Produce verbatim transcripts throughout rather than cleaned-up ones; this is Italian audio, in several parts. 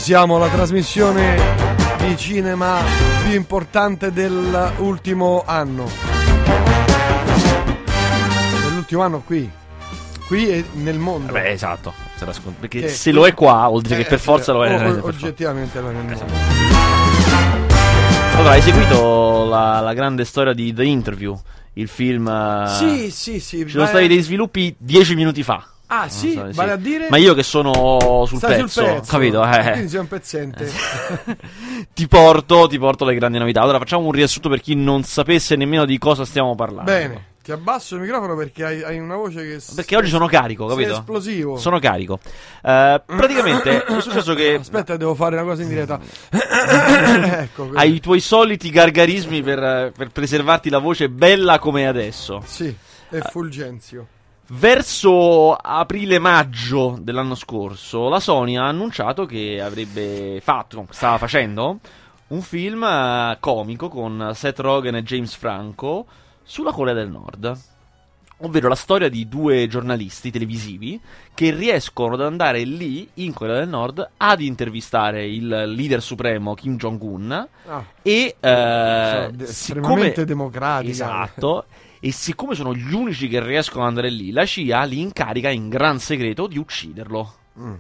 siamo, la trasmissione di cinema più importante dell'ultimo anno. Dell'ultimo anno qui. Qui e nel mondo. Beh, esatto. Perché che, se lo è qua, vuol dire eh, che per forza eh, lo è. O, oggettivamente lo è nel mondo. Allora, hai seguito la, la grande storia di The Interview, il film? Sì, sì, sì. Ci sono stati dei sviluppi dieci minuti fa. Ah, sì, so, vale sì. a dire. Ma io che sono sul Stai pezzo, sul pezzo, capito? Eh. Quindi sei un pezzente. ti porto, ti porto le grandi novità. Allora facciamo un riassunto per chi non sapesse nemmeno di cosa stiamo parlando. Bene, ti abbasso il microfono perché hai, hai una voce che... Perché oggi sono carico, capito? Sei esplosivo. Sono carico. Uh, praticamente è successo che... Aspetta, devo fare una cosa in diretta. Ecco, hai i tuoi soliti gargarismi per, per preservarti la voce bella come adesso. Sì, effulgenzio. Verso aprile-maggio dell'anno scorso la Sony ha annunciato che avrebbe fatto, stava facendo un film uh, comico con Seth Rogen e James Franco sulla Corea del Nord, ovvero la storia di due giornalisti televisivi che riescono ad andare lì in Corea del Nord ad intervistare il leader supremo Kim Jong-un ah, e uh, cioè, estremamente siccome, democratica. Esatto. E siccome sono gli unici che riescono ad andare lì, la C I A li incarica in gran segreto di ucciderlo. Mm.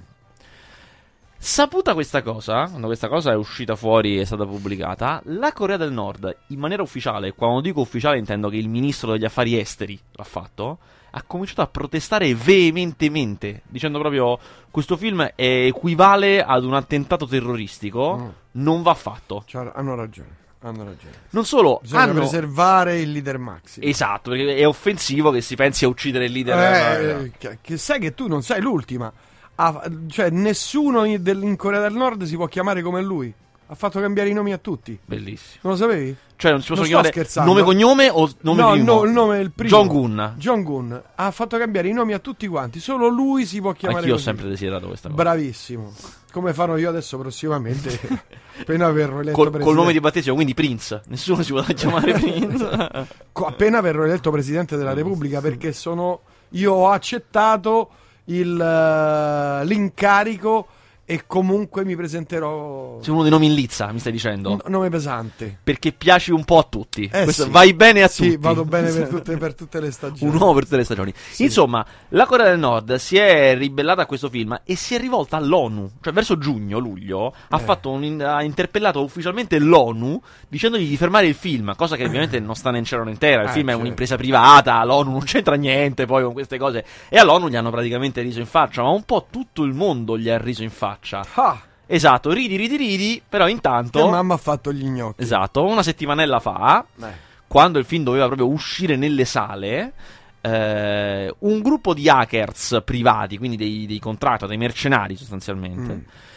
Saputa questa cosa, quando questa cosa è uscita fuori e è stata pubblicata, la Corea del Nord, in maniera ufficiale, quando dico ufficiale intendo che il ministro degli affari esteri l'ha fatto, ha cominciato a protestare veementemente, dicendo proprio questo film è equivale ad un attentato terroristico, mm. non va fatto. Cioè, hanno ragione. Hanno ragione. Non solo, bisogna hanno... preservare il leader massimo. Esatto, perché è offensivo che si pensi a uccidere il leader. Eh, che, che sai che tu non sei l'ultima. Ah, cioè, nessuno in, del, in Corea del Nord si può chiamare come lui. Ha fatto cambiare i nomi a tutti. Bellissimo. Non lo sapevi? Cioè, non si possono non chiamare nome cognome o nome no, primo? No, il nome è il primo. Jong-un. Jong-un ha fatto cambiare i nomi a tutti quanti. Solo lui si può chiamare. Anch'io così. Ho sempre desiderato questa cosa. Bravissimo. Come farò io adesso prossimamente. Appena verrò eletto col, presidente. Col nome di battesimo, quindi Prince. Nessuno si può chiamare Prince. Appena verrò eletto presidente della Repubblica, perché sono io ho accettato il, uh, l'incarico e comunque mi presenterò. Sei uno dei nomi in lizza, mi stai dicendo? Un nome pesante. Perché piaci un po' a tutti. Eh Questo, sì. Vai bene a sì, tutti. Sì, vado bene per tutte, per tutte le stagioni. Un uomo per tutte le stagioni. Sì. Insomma, la Corea del Nord si è ribellata a questo film e si è rivolta all'ONU. Cioè, verso giugno, luglio, ha, eh. fatto un, ha interpellato ufficialmente l'ONU dicendogli di fermare il film. Cosa che ovviamente non sta né in cielo né in terra. Il eh, film certo. è un'impresa privata. L'ONU non c'entra niente poi con queste cose. E all'ONU gli hanno praticamente riso in faccia. Ma un po' tutto il mondo gli ha riso in faccia. Ah. Esatto, ridi, ridi, ridi, però intanto... Che mamma ha fatto gli gnocchi. Esatto, una settimanella fa, eh. quando il film doveva proprio uscire nelle sale, eh, un gruppo di hackers privati, quindi dei, dei contractor, dei mercenari sostanzialmente, mm.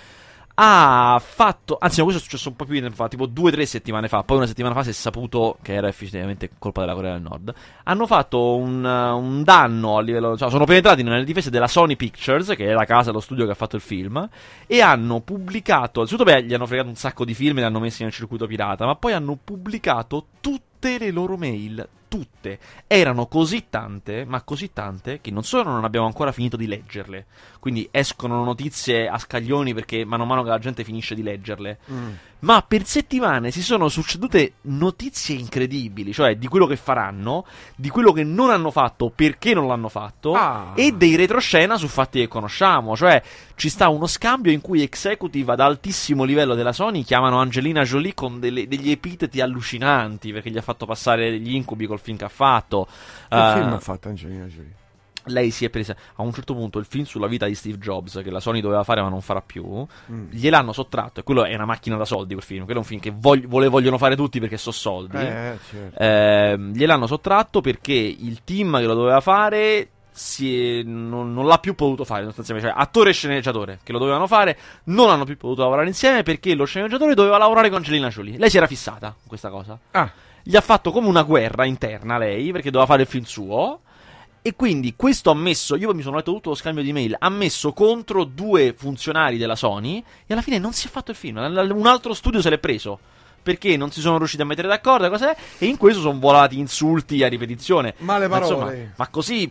ha fatto... Anzi, no, questo è successo un po' più di tempo fa, tipo due o tre settimane fa, poi una settimana fa si è saputo che era effettivamente colpa della Corea del Nord. Hanno fatto un, un danno a livello... Cioè, sono penetrati nelle difese della Sony Pictures, che è la casa, lo studio che ha fatto il film, e hanno pubblicato... Innanzitutto, beh, gli hanno fregato un sacco di film e li hanno messi nel circuito pirata, ma poi hanno pubblicato tutte le loro mail, tutte. Erano così tante, ma così tante, che non solo non abbiamo ancora finito di leggerle, quindi escono notizie a scaglioni perché mano a mano che la gente finisce di leggerle, mm. ma per settimane si sono succedute notizie incredibili, cioè di quello che faranno, di quello che non hanno fatto, perché non l'hanno fatto, ah. e dei retroscena su fatti che conosciamo. Cioè ci sta uno scambio in cui executive ad altissimo livello della Sony chiamano Angelina Jolie con delle, degli epiteti allucinanti perché gli ha fatto passare degli incubi col film che ha fatto. Che uh, film ha fatto Angelina Jolie? Lei si è presa a un certo punto il film sulla vita di Steve Jobs, che la Sony doveva fare ma non farà più, mm. gliel'hanno sottratto, e quello è una macchina da soldi, quel film, quello è un film che vog- vole- vogliono fare tutti perché so soldi, eh, certo. eh, gliel'hanno sottratto perché il team che lo doveva fare si è, non, non l'ha più potuto fare sostanzialmente, cioè attore e sceneggiatore che lo dovevano fare non hanno più potuto lavorare insieme perché lo sceneggiatore doveva lavorare con Angelina Jolie. Lei si era fissata con questa cosa, ah. gli ha fatto come una guerra interna lei perché doveva fare il film suo. E quindi questo ha messo, io mi sono letto tutto lo scambio di mail, ha messo contro due funzionari della Sony e alla fine non si è fatto il film, un altro studio se l'è preso perché non si sono riusciti a mettere d'accordo, cos'è? E in questo sono volati insulti a ripetizione. Male parole. Ma, insomma, ma così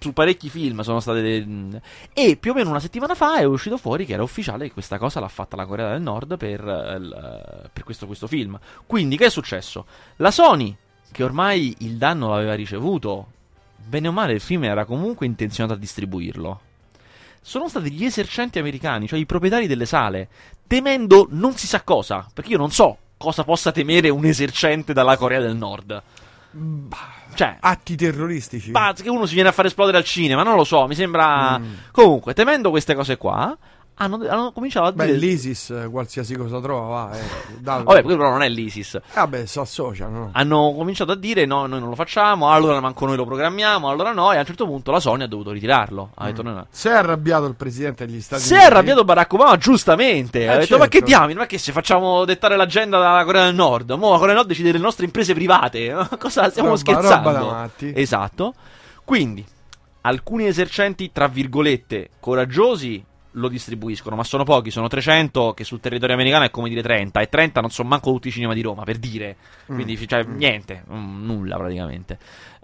su parecchi film sono state de... e più o meno una settimana fa è uscito fuori che era ufficiale che questa cosa l'ha fatta la Corea del Nord per, uh, per questo, questo film. Quindi che è successo? La Sony, che ormai il danno l'aveva ricevuto, bene o male il film era comunque intenzionato a distribuirlo. Sono stati gli esercenti americani, cioè i proprietari delle sale, temendo non si sa cosa, perché io non so cosa possa temere un esercente dalla Corea del Nord. Cioè, atti terroristici. Bah, che uno si viene a fare esplodere al cinema, non lo so, mi sembra... Mm. Comunque, temendo queste cose qua, hanno, hanno cominciato a dire... Beh, l'ISIS, qualsiasi cosa trova, va, eh, dal... Vabbè, quello però non è l'ISIS. Eh, vabbè, si associano. No? Hanno cominciato a dire, no, noi non lo facciamo, allora manco noi lo programmiamo, allora no, e a un certo punto la Sony ha dovuto ritirarlo. Ha detto, mm. no, no. Si è arrabbiato il presidente degli Stati si Uniti. Si è arrabbiato Barack Obama, giustamente. Eh, ha detto, certo. ma che diamine, ma che se facciamo dettare l'agenda dalla Corea del Nord? Mo' la Corea del Nord decide le nostre imprese private. Cosa stiamo roba, scherzando? Roba da matti. Esatto. Quindi, alcuni esercenti, tra virgolette, coraggiosi, lo distribuiscono, ma sono pochi, sono trecento, che sul territorio americano è come dire trenta, e trenta non sono manco tutti i cinema di Roma, per dire, quindi mm. cioè, niente, mm, nulla praticamente.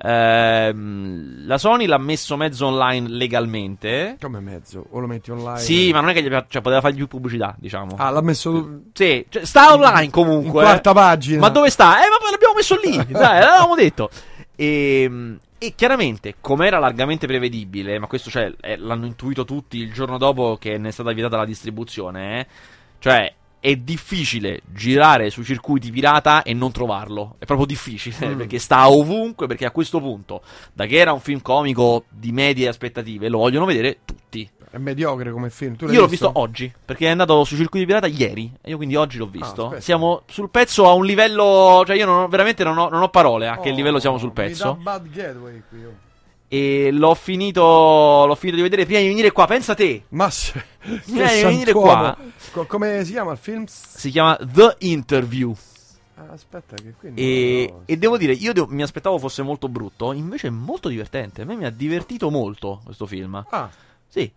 Ehm, la Sony l'ha messo mezzo online legalmente. Come mezzo? O lo metti online? Sì, ma non è che gli aveva, cioè, poteva fargli più pubblicità, diciamo. Ah, l'ha messo... Sì, cioè, sta online comunque. In quarta pagina. Ma dove sta? Eh, ma l'abbiamo messo lì, dai, l'avevamo detto. E... E chiaramente, come era largamente prevedibile, ma questo cioè, eh, l'hanno intuito tutti il giorno dopo che ne è stata vietata la distribuzione, eh, cioè è difficile girare sui circuiti pirata e non trovarlo. È proprio difficile, mm. perché sta ovunque, perché a questo punto, da che era un film comico di medie aspettative, lo vogliono vedere tutti. È mediocre come film. Tu l'hai io l'ho visto? visto oggi, perché è andato sui circuiti pirata ieri, e io quindi oggi l'ho visto. Ah, siamo sul pezzo a un livello, cioè io non ho, veramente non ho, non ho parole a oh, che livello siamo sul pezzo. Mi dà bad gateway qui, oh. E l'ho finito l'ho finito di vedere prima di venire qua, pensa te. Ma se, prima di venire qua. Co- come si chiama il film? Si chiama The Interview. Ah, aspetta che qui e, no, e devo dire, io devo, mi aspettavo fosse molto brutto, invece è molto divertente. A me mi ha divertito molto questo film. Ah. Sì.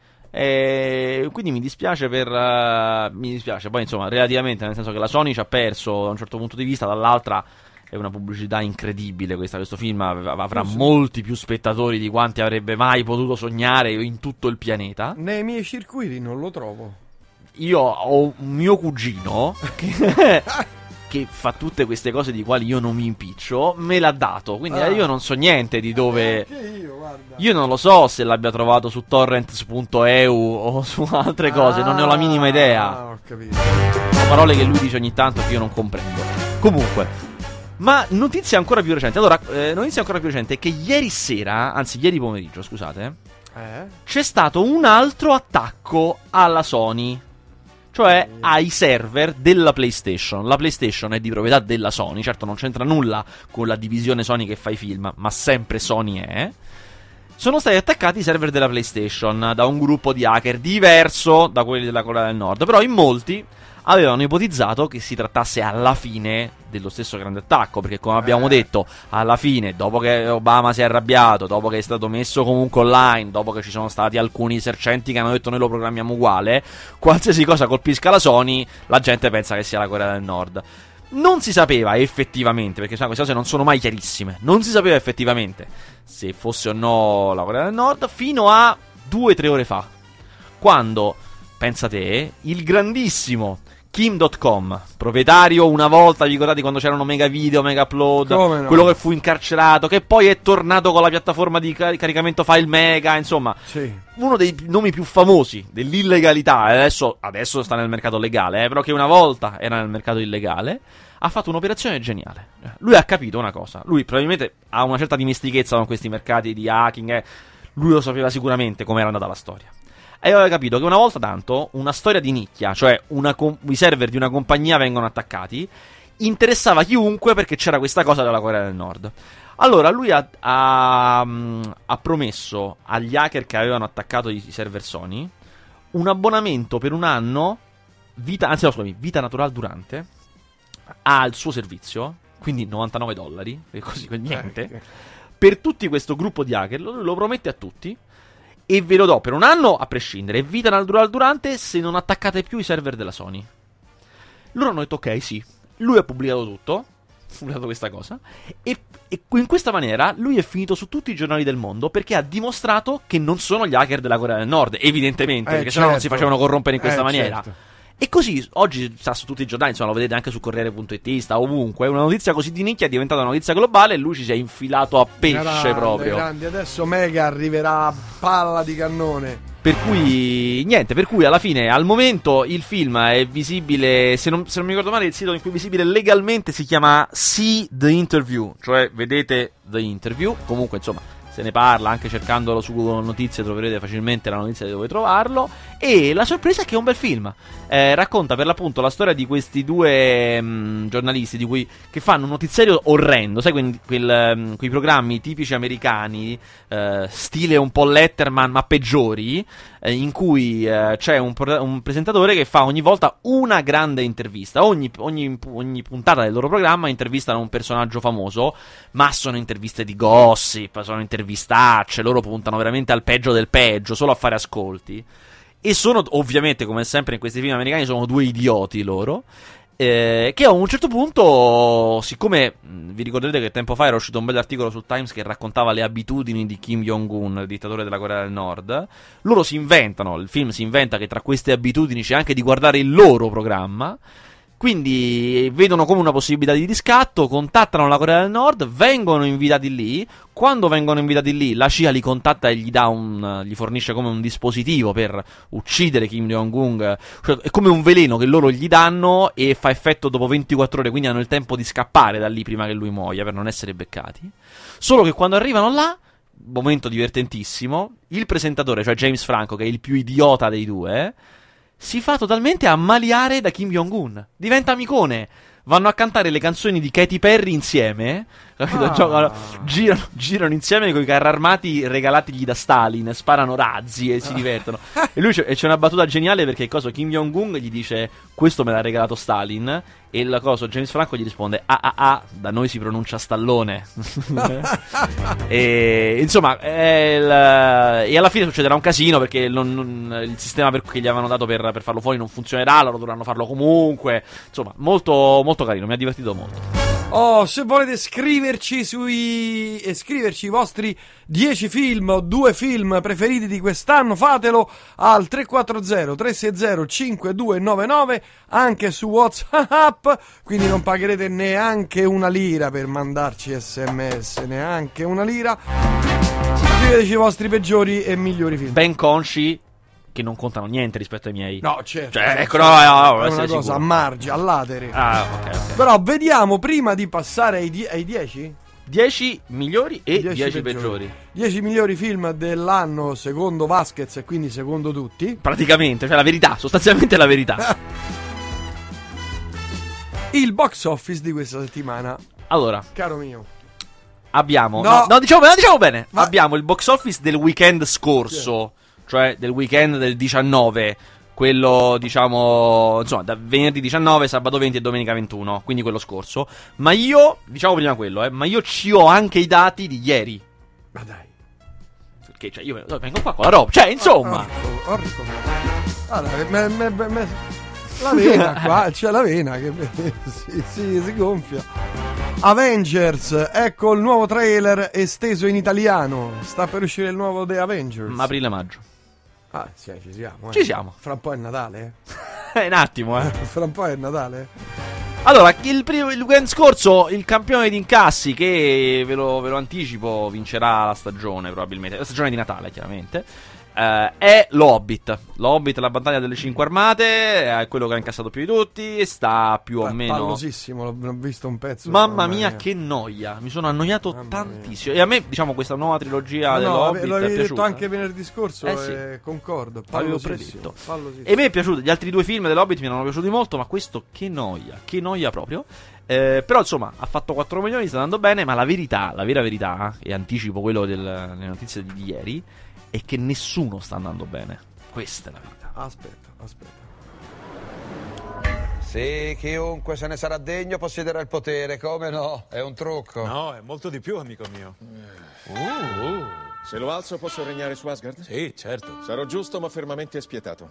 E quindi mi dispiace per uh, mi dispiace poi insomma relativamente, nel senso che la Sony ci ha perso da un certo punto di vista, dall'altra è una pubblicità incredibile questa, questo film avrà sì. molti più spettatori di quanti avrebbe mai potuto sognare in tutto il pianeta. Nei miei circuiti non lo trovo. Io ho un mio cugino che che fa tutte queste cose di quali io non mi impiccio, me l'ha dato, quindi ah. io non so niente di dove. Io, guarda. Io non lo so se l'abbia trovato su torrents punto e u o su altre cose, ah, non ne ho la minima idea. Ah, ho capito. Sono parole che lui dice ogni tanto che io non comprendo. Comunque, ma notizia ancora più recente. Allora, eh, notizia ancora più recente è che ieri sera, anzi ieri pomeriggio, scusate, eh? c'è stato un altro attacco alla Sony. Cioè ai server della PlayStation. La PlayStation è di proprietà della Sony. Certo non c'entra nulla con la divisione Sony che fa i film, ma sempre Sony è. Sono stati attaccati i server della PlayStation da un gruppo di hacker diverso da quelli della Corea del Nord. Però in molti avevano ipotizzato che si trattasse alla fine dello stesso grande attacco, perché come abbiamo detto, alla fine, dopo che Obama si è arrabbiato, dopo che è stato messo comunque online, dopo che ci sono stati alcuni esercenti che hanno detto noi lo programmiamo uguale, qualsiasi cosa colpisca la Sony, la gente pensa che sia la Corea del Nord. Non si sapeva effettivamente, perché queste cose non sono mai chiarissime, non si sapeva effettivamente se fosse o no la Corea del Nord fino a due o tre ore fa, quando, pensa te, il grandissimo Kim punto com, proprietario una volta, vi ricordate quando c'erano mega video, mega upload, no? Quello che fu incarcerato, che poi è tornato con la piattaforma di car- caricamento file mega, insomma, sì. uno dei nomi più famosi dell'illegalità, adesso, adesso sta nel mercato legale, eh, però che una volta era nel mercato illegale, ha fatto un'operazione geniale. Lui ha capito una cosa, lui probabilmente ha una certa dimestichezza con questi mercati di hacking, eh. Lui lo sapeva sicuramente come era andata la storia. E aveva capito che una volta tanto una storia di nicchia, cioè una com- i server di una compagnia vengono attaccati, interessava chiunque perché c'era questa cosa della Corea del Nord. Allora lui ha, ha, ha promesso agli hacker che avevano attaccato i server Sony un abbonamento per un anno, vita, anzi no scusami, vita natural durante, al suo servizio, quindi novantanove dollari, e così niente, per tutti questo gruppo di hacker, lo, lo promette a tutti. E ve lo do per un anno a prescindere, vita natural durante se non attaccate più i server della Sony. Loro hanno detto ok, sì. Lui ha pubblicato tutto, pubblicato questa cosa, e, e in questa maniera lui è finito su tutti i giornali del mondo perché ha dimostrato che non sono gli hacker della Corea del Nord, evidentemente, eh, perché certo. sennò non si facevano corrompere in questa eh, maniera. Certo. E così oggi sta su tutti i giornali, insomma lo vedete anche su Corriere punto it, sta ovunque. Una notizia così di nicchia è diventata una notizia globale e lui ci si è infilato a pesce grande, proprio. Grandi. Adesso Mega arriverà a palla di cannone. Per cui niente, per cui alla fine al momento il film è visibile, se non, se non mi ricordo male il sito in cui è visibile legalmente si chiama See the Interview, cioè vedete The Interview. Comunque insomma se ne parla, anche cercandolo su Google Notizie troverete facilmente la notizia di dove trovarlo. E la sorpresa è che è un bel film. Eh, racconta per l'appunto la storia di questi due mh, giornalisti di cui, che fanno un notiziario orrendo, sai, quel, quel, mh, quei programmi tipici americani, eh, stile un po' Letterman ma peggiori, eh, in cui eh, c'è un, un presentatore che fa ogni volta una grande intervista. Ogni, ogni, ogni puntata del loro programma intervistano un personaggio famoso, ma sono interviste di gossip, sono intervistacce, loro puntano veramente al peggio del peggio, solo a fare ascolti. E sono, ovviamente, come sempre in questi film americani, sono due idioti loro, eh, che a un certo punto, siccome mh, vi ricorderete che tempo fa era uscito un bell'articolo sul Times che raccontava le abitudini di Kim Jong-un, il dittatore della Corea del Nord, loro si inventano, il film si inventa che tra queste abitudini c'è anche di guardare il loro programma. Quindi vedono come una possibilità di riscatto, contattano la Corea del Nord, vengono invitati lì. Quando vengono invitati lì, la C I A li contatta e gli dà un, gli fornisce come un dispositivo per uccidere Kim Jong-un. Cioè, è come un veleno che loro gli danno e fa effetto dopo ventiquattro ore, quindi hanno il tempo di scappare da lì prima che lui muoia per non essere beccati. Solo che quando arrivano là, momento divertentissimo, il presentatore, cioè James Franco, che è il più idiota dei due, si fa totalmente ammaliare da Kim Jong-un. Diventa amicone. Vanno a cantare le canzoni di Katy Perry insieme. Capito? Ah. Giocano, girano, girano insieme con i carri armati regalatigli da Stalin. Sparano razzi e si divertono. E lui c'è, e c'è una battuta geniale perché cosa? Kim Jong-un gli dice: questo me l'ha regalato Stalin. E la cosa, James Franco gli risponde: ah ah ah, da noi si pronuncia stallone. E insomma, è il, e alla fine succederà un casino perché non, non, il sistema per, che gli avevano dato per, per farlo fuori non funzionerà. Loro dovranno farlo comunque. Insomma, molto, molto carino, mi ha divertito molto. Oh, se volete scriverci sui e scriverci i vostri dieci film o due film preferiti di quest'anno, fatelo al tre quattro zero tre sei zero cinque due nove nove, anche su WhatsApp, quindi non pagherete neanche una lira per mandarci sms, neanche una lira. Scriveteci i vostri peggiori e migliori film. Ben consci che non contano niente rispetto ai miei. No, certo. Cioè, certo, ecco, no, no, no, è una cosa sicuro. a margine, a latere. Ah, ok, ok. Però vediamo, prima di passare ai, die- ai dieci dieci migliori e dieci dieci peggiori. peggiori. dieci migliori film dell'anno secondo Vasquez e quindi secondo tutti. Praticamente, cioè la verità, sostanzialmente la verità. Il box office di questa settimana, Allora, caro mio. abbiamo... No. No, no diciamo, no, diciamo bene. Ma- Abbiamo il box office del weekend scorso, cioè del weekend del diciannove. Quello, diciamo, insomma, da venerdì diciannove, sabato venti e domenica ventuno. Quindi quello scorso. Ma io, diciamo prima quello, eh, ma io ci ho anche i dati di ieri. Ma dai. Perché, cioè, io vengo qua con la roba. Cioè, insomma... Orco, orco. Allora, me, me, me, me, la vena qua, c'è la vena che si, si, si gonfia. Avengers, ecco il nuovo trailer esteso in italiano. Sta per uscire il nuovo The Avengers. Aprile-maggio. Ah, sì, ci siamo. Eh. Ci siamo. Fra un po' è Natale, Eh, un attimo, eh. eh. Fra un po' è Natale. Allora, il, primo, il weekend scorso il campione di incassi, che ve lo, ve lo anticipo, vincerà la stagione probabilmente, la stagione di Natale chiaramente, eh, è Lo Hobbit. Lo Hobbit, la battaglia delle cinque armate, è quello che ha incassato più di tutti, sta più o Beh, meno... Pallosissimo, l'ho, l'ho visto un pezzo. Mamma mia, che noia, mi sono annoiato Mamma tantissimo. E a me, diciamo, questa nuova trilogia No, dello no, Hobbit lo è avevi detto piaciuta. anche venerdì scorso, Eh sì. e concordo. L'avevo Pallosissimo, predetto. pallosissimo. E a me è piaciuto, gli altri due film dell'Hobbit mi erano piaciuti molto, ma questo che noia, che noia proprio. Eh, però insomma ha fatto quattro milioni, sta andando bene, ma la verità, la vera verità, e anticipo quello delle notizie di ieri, è che nessuno sta andando bene. Questa è la verità. Aspetta, aspetta. Sì, chiunque se ne sarà degno possiederà il potere, come no? È un trucco. No, è molto di più, amico mio. Uh, se lo alzo posso regnare su Asgard? Sì, certo. Sarò giusto ma fermamente spietato.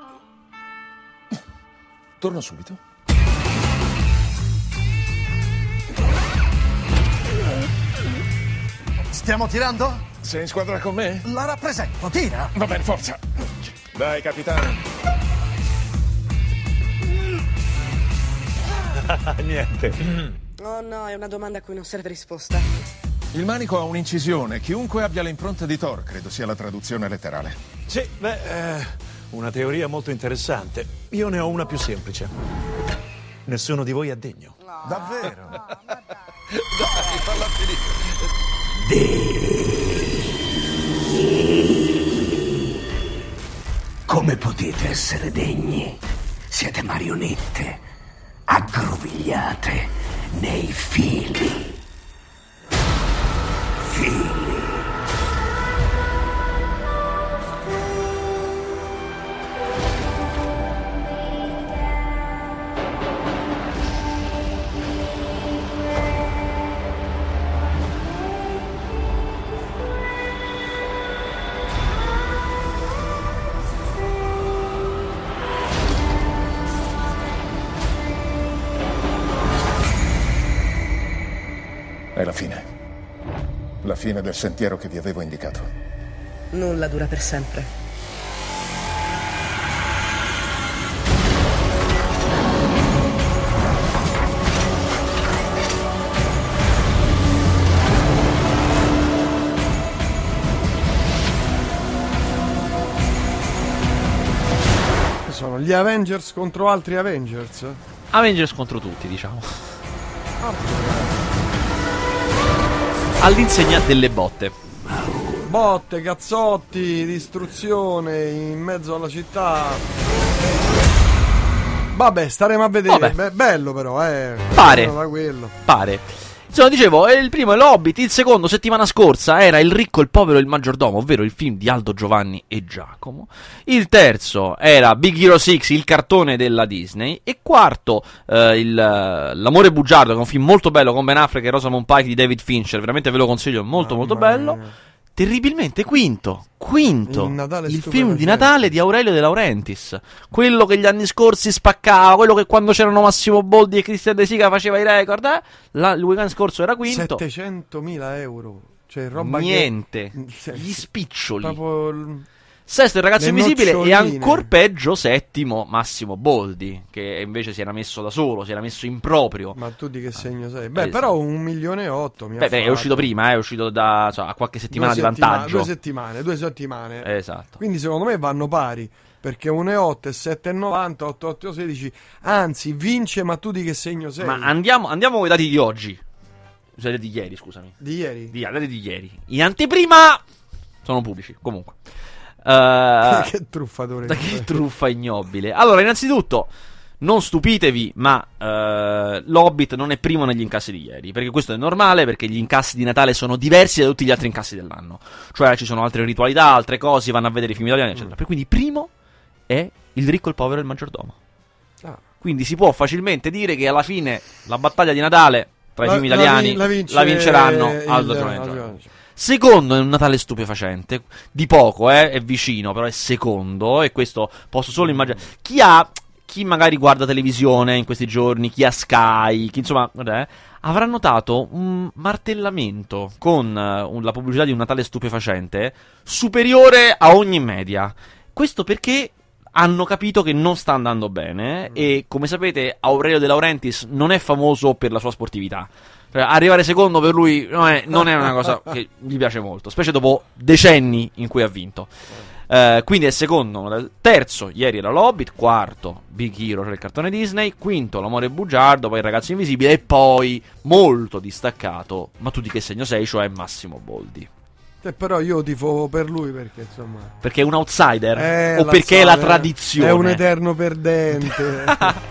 Torno subito. Stiamo tirando? Sei in squadra con me? La rappresento, tira! Va bene, forza. Dai, capitano. Niente. Oh no, è una domanda a cui non serve risposta. Il manico ha un'incisione. Chiunque abbia le impronte di Thor, credo sia la traduzione letterale. Sì, beh, eh, una teoria molto interessante. Io ne ho una più semplice. Nessuno di voi è degno. No. Davvero? No, ma dai. Dai, falla Degni. Come potete essere degni? Siete marionette, aggrovigliate nei fili. Fili. È la fine. La fine del sentiero che vi avevo indicato. Nulla dura per sempre. Sono gli Avengers contro altri Avengers. Avengers contro tutti, diciamo. All'insegna delle botte. Botte, cazzotti, distruzione in mezzo alla città. Vabbè, staremo a vedere. Vabbè. Be- bello però, eh. Pare. Da quello. Pare. Insomma, dicevo, il primo è l'Hobbit, il secondo, settimana scorsa, era Il ricco, il povero e il maggiordomo, ovvero il film di Aldo Giovanni e Giacomo. Il terzo era Big Hero sei, il cartone della Disney. E quarto, eh, il, L'amore bugiardo, che è un film molto bello con Ben Affleck e Rosamund Pike di David Fincher. Veramente ve lo consiglio, è molto molto Mamma bello. mia. Terribilmente quinto, quinto, Il Natale il stupefacente. film di Natale di Aurelio De Laurentiis, quello che gli anni scorsi spaccava, quello che quando c'erano Massimo Boldi e Cristian De Sica faceva i record, eh? La, il weekend scorso era quinto. settecentomila euro. Cioè, roba Niente, che... gli spiccioli. Proprio il- Sesto il ragazzo le invisibile e noccioline. ancor peggio settimo Massimo Boldi, che invece si era messo da solo, si era messo in proprio. Ma tu di che segno sei? Beh, Eh, però un milione e otto mi ha Beh, beh, è fatto. uscito prima, eh, è uscito da cioè, a qualche settimana Due di settima- vantaggio. Due settimane, due settimane. Esatto. Quindi secondo me vanno pari, perché uno e otto e sette e novanta, otto e otto e sedici, anzi vince, ma tu di che segno sei? Ma andiamo, andiamo con i dati di oggi. Cioè di ieri, scusami. Di ieri? Di, dati di ieri. In anteprima sono pubblici, comunque. Uh, che truffatore. che truffa ignobile. Allora, innanzitutto, non stupitevi, ma uh, l'Hobbit non è primo negli incassi di ieri, perché questo è normale, perché gli incassi di Natale sono diversi da tutti gli altri incassi dell'anno. Cioè ci sono altre ritualità, altre cose, si vanno a vedere i film italiani, eccetera. Mm. Quindi primo è Il ricco, il povero e il maggiordomo. Ah. Quindi si può facilmente dire che alla fine la battaglia di Natale tra i la, film italiani la, vince la vinceranno il, Aldo il, Giovanni. Secondo è un Natale stupefacente, di poco, eh, è vicino, però è secondo, e questo posso solo immaginare. Chi ha, chi magari guarda televisione in questi giorni, chi ha Sky, chi insomma, eh, avrà notato un martellamento con uh, la pubblicità di un Natale stupefacente superiore a ogni media. Questo perché hanno capito che non sta andando bene, mm. e come sapete Aurelio De Laurentiis non è famoso per la sua sportività. Arrivare secondo per lui non è, non è una cosa che gli piace molto, specie dopo decenni in cui ha vinto. Uh, quindi è secondo. Terzo, ieri era l'Hobbit. Quarto, Big Hero, cioè il cartone Disney. Quinto, L'amore bugiardo. Poi Il ragazzo invisibile. E poi, molto distaccato, ma tu di che segno sei? Cioè Massimo Boldi. Eh, però io tifo per lui perché insomma. Perché è un outsider? Eh, o perché è la tradizione? È un eterno perdente.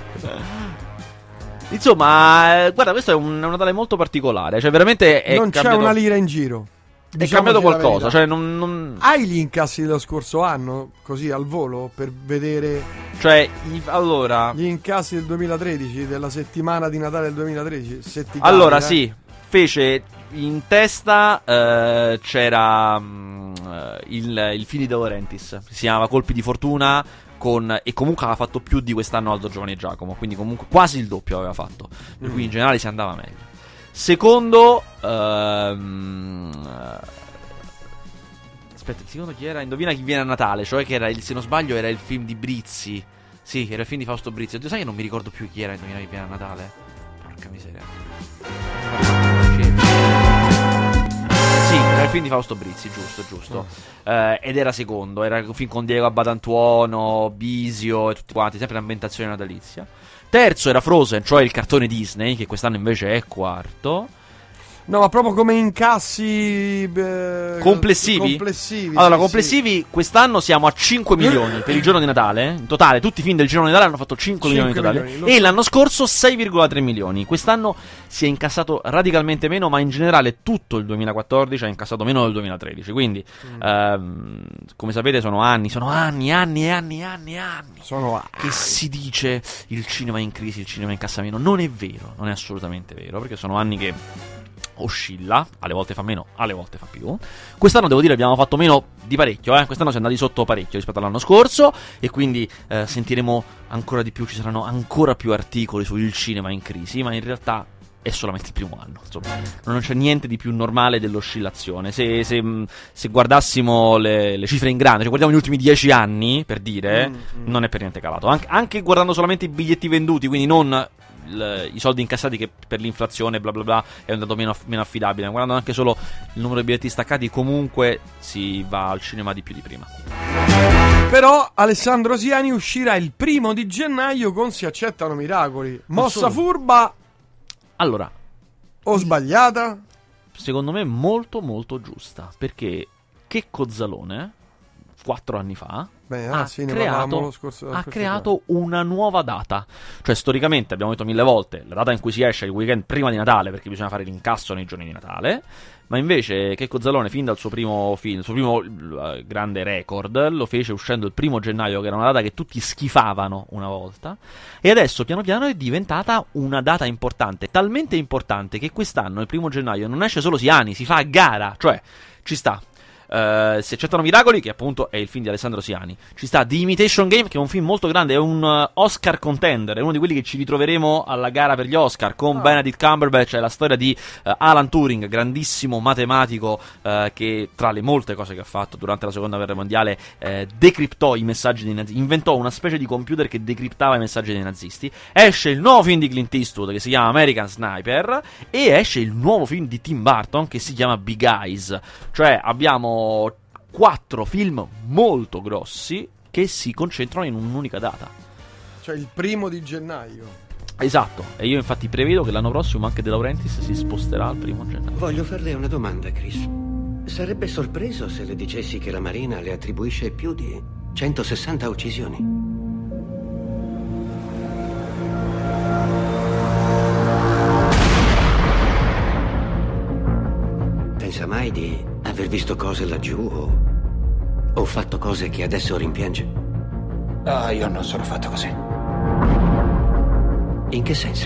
Insomma, eh, guarda, questo è un, è un Natale molto particolare. Cioè, veramente è non cambiato... c'è una lira in giro. È Diciamoci cambiato la qualcosa. verità. Cioè, non, non... Hai gli incassi dello scorso anno? Così al volo per vedere. Cioè, i- allora. Gli incassi del duemilatredici, della settimana di Natale del duemilatredici. Se ti Allora, capita, sì. Fece in testa. eh, c'era. mm, eh, il, il film di De Laurentiis. Si chiamava Colpi di fortuna. Con, e comunque aveva fatto più di quest'anno Aldo Giovanni e Giacomo. Quindi, comunque, quasi il doppio aveva fatto. Per cui in generale si andava meglio. Secondo, ehm, aspetta, secondo chi era? Indovina chi viene a Natale, cioè che era il, se non sbaglio era il film di Brizzi. Sì, era il film di Fausto Brizzi. Oddio, sai che non mi ricordo più chi era Indovina chi viene a Natale? Porca miseria. Sì, era il film di Fausto Brizzi, giusto, giusto. Mm. Eh, ed era secondo, era un film con Diego Abbatantuono, Bisio e tutti quanti, sempre l'ambientazione natalizia. Terzo era Frozen, cioè il cartone Disney, che quest'anno invece è quarto. No, ma proprio come incassi eh, complessivi? complessivi Allora, sì, complessivi sì. Quest'anno siamo a cinque milioni per il giorno di Natale. In totale, tutti i film del giorno di Natale hanno fatto cinque, cinque milioni in totale. Milioni, e so. L'anno scorso sei virgola tre milioni. Quest'anno si è incassato radicalmente meno, ma in generale tutto il duemilaquattordici ha incassato meno del duemilatredici. Quindi, mm. ehm, come sapete, sono anni, sono anni, anni e anni, anni, anni. Sono anni. Che si dice il cinema è in crisi, il cinema incassa meno. Non è vero, non è assolutamente vero, perché sono anni che oscilla, alle volte fa meno, alle volte fa più. Quest'anno devo dire abbiamo fatto meno di parecchio, eh? Quest'anno siamo andati sotto parecchio rispetto all'anno scorso e quindi eh, sentiremo ancora di più, ci saranno ancora più articoli sul cinema in crisi, ma in realtà è solamente il primo anno, insomma, non c'è niente di più normale dell'oscillazione. Se, se, se guardassimo le, le cifre in grande, cioè guardiamo gli ultimi dieci anni, per dire, mm, mm. non è per niente calato. Anche, anche guardando solamente i biglietti venduti, quindi non il, i soldi incassati, che per l'inflazione bla bla bla è un dato meno, meno affidabile, ma guardando anche solo il numero di biglietti staccati, comunque si va al cinema di più di prima. Però Alessandro Siani uscirà il primo di gennaio con Si accettano miracoli. Mossa furba? Allora, o sbagliata? Secondo me molto molto giusta, perché Checco Zalone quattro anni fa Beh, ha, ah, sì, creato, scorso, ha creato una nuova data. Cioè, storicamente abbiamo detto mille volte la data in cui si esce è il weekend prima di Natale, perché bisogna fare l'incasso nei giorni di Natale. Ma invece Checco Zalone, fin dal suo primo film, il suo primo uh, grande record, lo fece uscendo il primo gennaio, che era una data che tutti schifavano una volta, e adesso piano piano è diventata una data importante, talmente importante che quest'anno il primo gennaio non esce solo Siani, si fa a gara, cioè ci sta Uh, Si accettano miracoli, che appunto è il film di Alessandro Siani. Ci sta The Imitation Game, che è un film molto grande, è un uh, Oscar contender, è uno di quelli che ci ritroveremo alla gara per gli Oscar con oh. Benedict Cumberbatch. È la storia di uh, Alan Turing, grandissimo matematico uh, che tra le molte cose che ha fatto durante la seconda guerra mondiale uh, decriptò i messaggi dei nazisti, inventò una specie di computer che decriptava i messaggi dei nazisti. Esce il nuovo film di Clint Eastwood che si chiama American Sniper, e esce il nuovo film di Tim Burton che si chiama Big Eyes. Cioè abbiamo quattro film molto grossi che si concentrano in un'unica data. Cioè il primo di gennaio. Esatto. E io infatti prevedo che l'anno prossimo anche De Laurentiis si sposterà al primo gennaio. Voglio farle una domanda, Chris. Sarebbe sorpreso se le dicessi che la Marina le attribuisce più di centosessanta uccisioni? Pensa mai di aver visto cose laggiù o, o fatto cose che adesso rimpiange? Ah, io non sono fatto così. In che senso?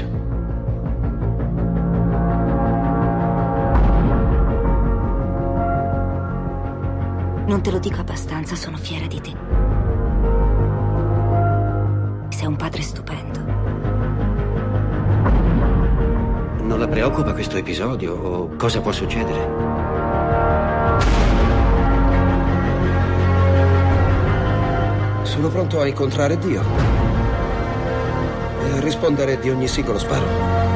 Non te lo dico abbastanza, sono fiera di te. Sei un padre stupendo. Non la preoccupa questo episodio o cosa può succedere? Sono pronto a incontrare Dio e a rispondere di ogni singolo sparo.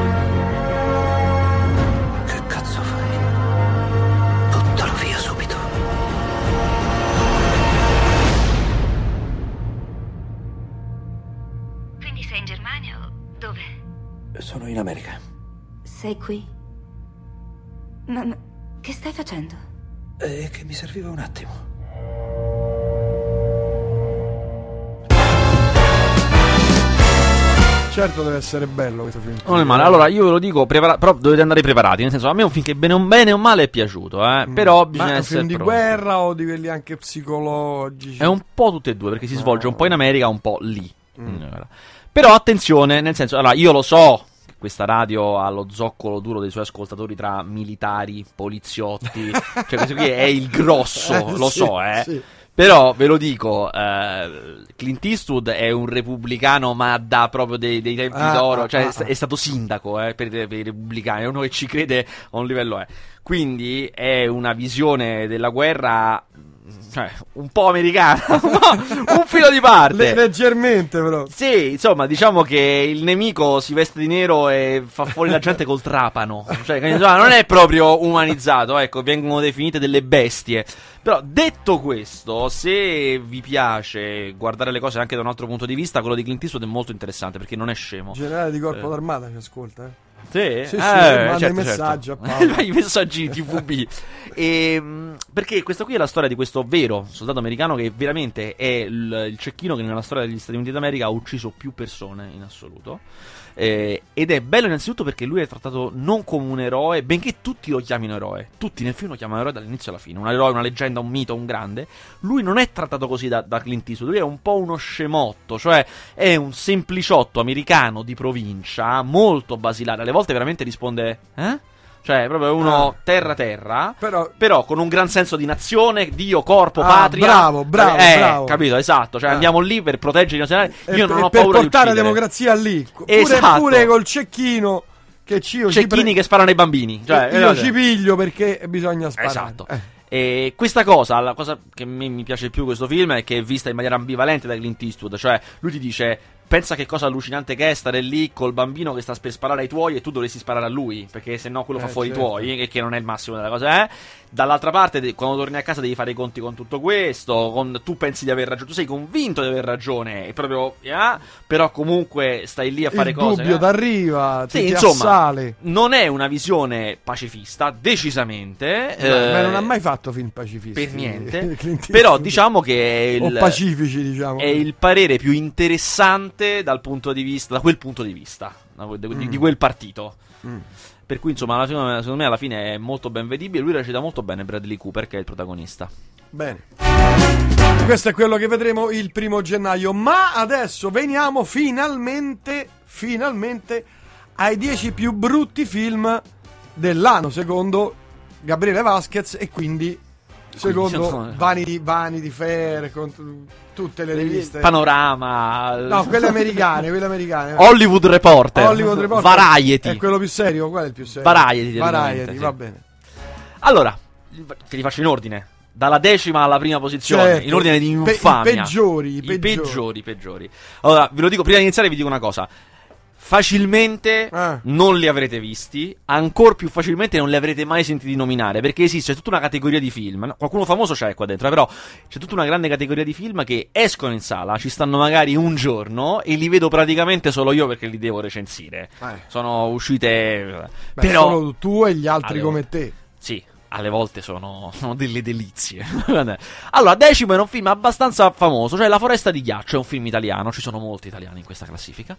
Che cazzo fai? Buttalo via subito. Quindi sei in Germania o dove? Sono in America. Sei qui? Ma, ma che stai facendo? È che mi serviva un attimo. Certo deve essere bello questo film. Non è male. Allora io ve lo dico, prepara- però dovete andare preparati. Nel senso, a me è un film che bene o, bene o male è piaciuto, eh. Mm. Però bisogna Ma è un essere film di pronti. guerra o di quelli anche psicologici? È un po' tutte e due, perché si svolge No. un po' in America, un po' lì. Mm. Però attenzione, nel senso, allora io lo so che questa radio ha lo zoccolo duro dei suoi ascoltatori tra militari, poliziotti, cioè questo qui è il grosso, Eh, lo sì, so, eh. sì. Però ve lo dico, eh, Clint Eastwood è un repubblicano, ma da proprio dei, dei tempi ah, d'oro, ah, cioè ah, è, è stato sindaco eh, per, per i repubblicani, è uno che ci crede a un livello è. Quindi è una visione della guerra, cioè, un po' americana, un filo di parte. Le- leggermente però. Sì, insomma, diciamo che il nemico si veste di nero e fa fuori la gente col trapano. Cioè, insomma, non è proprio umanizzato, ecco, vengono definite delle bestie. Però, detto questo, se vi piace guardare le cose anche da un altro punto di vista, quello di Clint Eastwood è molto interessante, perché non è scemo. Generale di corpo eh. d'armata ci ascolta, eh. Sì, Sì, sì, eh, manda certo, i messaggi certo. a Paolo. I messaggi T V B. E, mh, perché questa qui è la storia di questo vero soldato americano che veramente è il, il cecchino che nella storia degli Stati Uniti d'America ha ucciso più persone in assoluto. Eh, ed è bello innanzitutto perché lui è trattato non come un eroe, benché tutti lo chiamino eroe. Tutti nel film lo chiamano eroe dall'inizio alla fine. Un eroe, una leggenda, un mito, un grande. Lui non è trattato così da, da Clint Eastwood. Lui è un po' uno scemotto, cioè è un sempliciotto americano di provincia, molto basilare. Alle volte veramente risponde, eh? Cioè, proprio uno ah. terra-terra, però... però con un gran senso di nazione, Dio, corpo, ah, patria. Bravo, bravo, eh, bravo. Capito, esatto. Cioè, ah. andiamo lì per proteggere i nazionali. Io e, non e ho per paura di portare la uccidere. democrazia lì. Pure, Esatto. pure col cecchino che ci, io Cecchini ci pre... che sparano ai bambini. Cioè, io eh, ci piglio perché bisogna sparare. Esatto. Eh. E questa cosa, la cosa che a me mi piace più di questo film è che è vista in maniera ambivalente da Clint Eastwood. Cioè, lui ti dice: pensa che cosa allucinante che è stare lì col bambino che sta per sparare ai tuoi e tu dovresti sparare a lui, perché se no quello eh, fa fuori certo. i tuoi, e che non è il massimo della cosa, eh. Dall'altra parte, de- quando torni a casa devi fare i conti con tutto questo, con... tu pensi di aver ragione, tu sei convinto di aver ragione, è proprio, eh? Però comunque stai lì a fare il cose. Il dubbio eh? t'arriva, ti, sì, ti insomma, assale. Non è una visione pacifista, decisamente. No, eh, ma non ha mai fatto film pacifisti. Per niente. Clint Però Eastwood. diciamo che è il, o pacifici, diciamo. È il parere più interessante dal punto di vista, da quel punto di vista, di, mm. di quel partito. Mm. Per cui, insomma, alla fine, secondo me alla fine è molto ben vedibile. Lui recita molto bene, Bradley Cooper, che è il protagonista. Bene. Questo è quello che vedremo il primo gennaio. Ma adesso veniamo finalmente, finalmente ai dieci più brutti film dell'anno, secondo Gabriele Vasquez, e quindi secondo Quindi, Vanity, Vanity Fair, con t- tutte le riviste. Panorama. No, quelle americane, quelle americane. Hollywood Reporter. Hollywood Reporter. Variety. È quello più serio? Qual è il più serio? Variety. Variety, sì. va bene. Allora, te li faccio in ordine. Dalla decima alla prima posizione, certo. in ordine di infamia. Pe- i peggiori, i I peggiori. peggiori, i peggiori. Allora, ve lo dico, prima di iniziare vi dico una cosa. Facilmente ah. non li avrete visti, ancora più facilmente non li avrete mai sentiti nominare, perché esiste tutta una categoria di film, no? Qualcuno famoso c'è qua dentro, eh, però c'è tutta una grande categoria di film che escono in sala, ci stanno magari un giorno e li vedo praticamente solo io perché li devo recensire. Eh. Sono uscite... Beh, però solo tu e gli altri allora, come te. Sì. Alle volte sono, sono delle delizie. Allora, decimo è un film abbastanza famoso, cioè La foresta di ghiaccio, è un film italiano, ci sono molti italiani in questa classifica.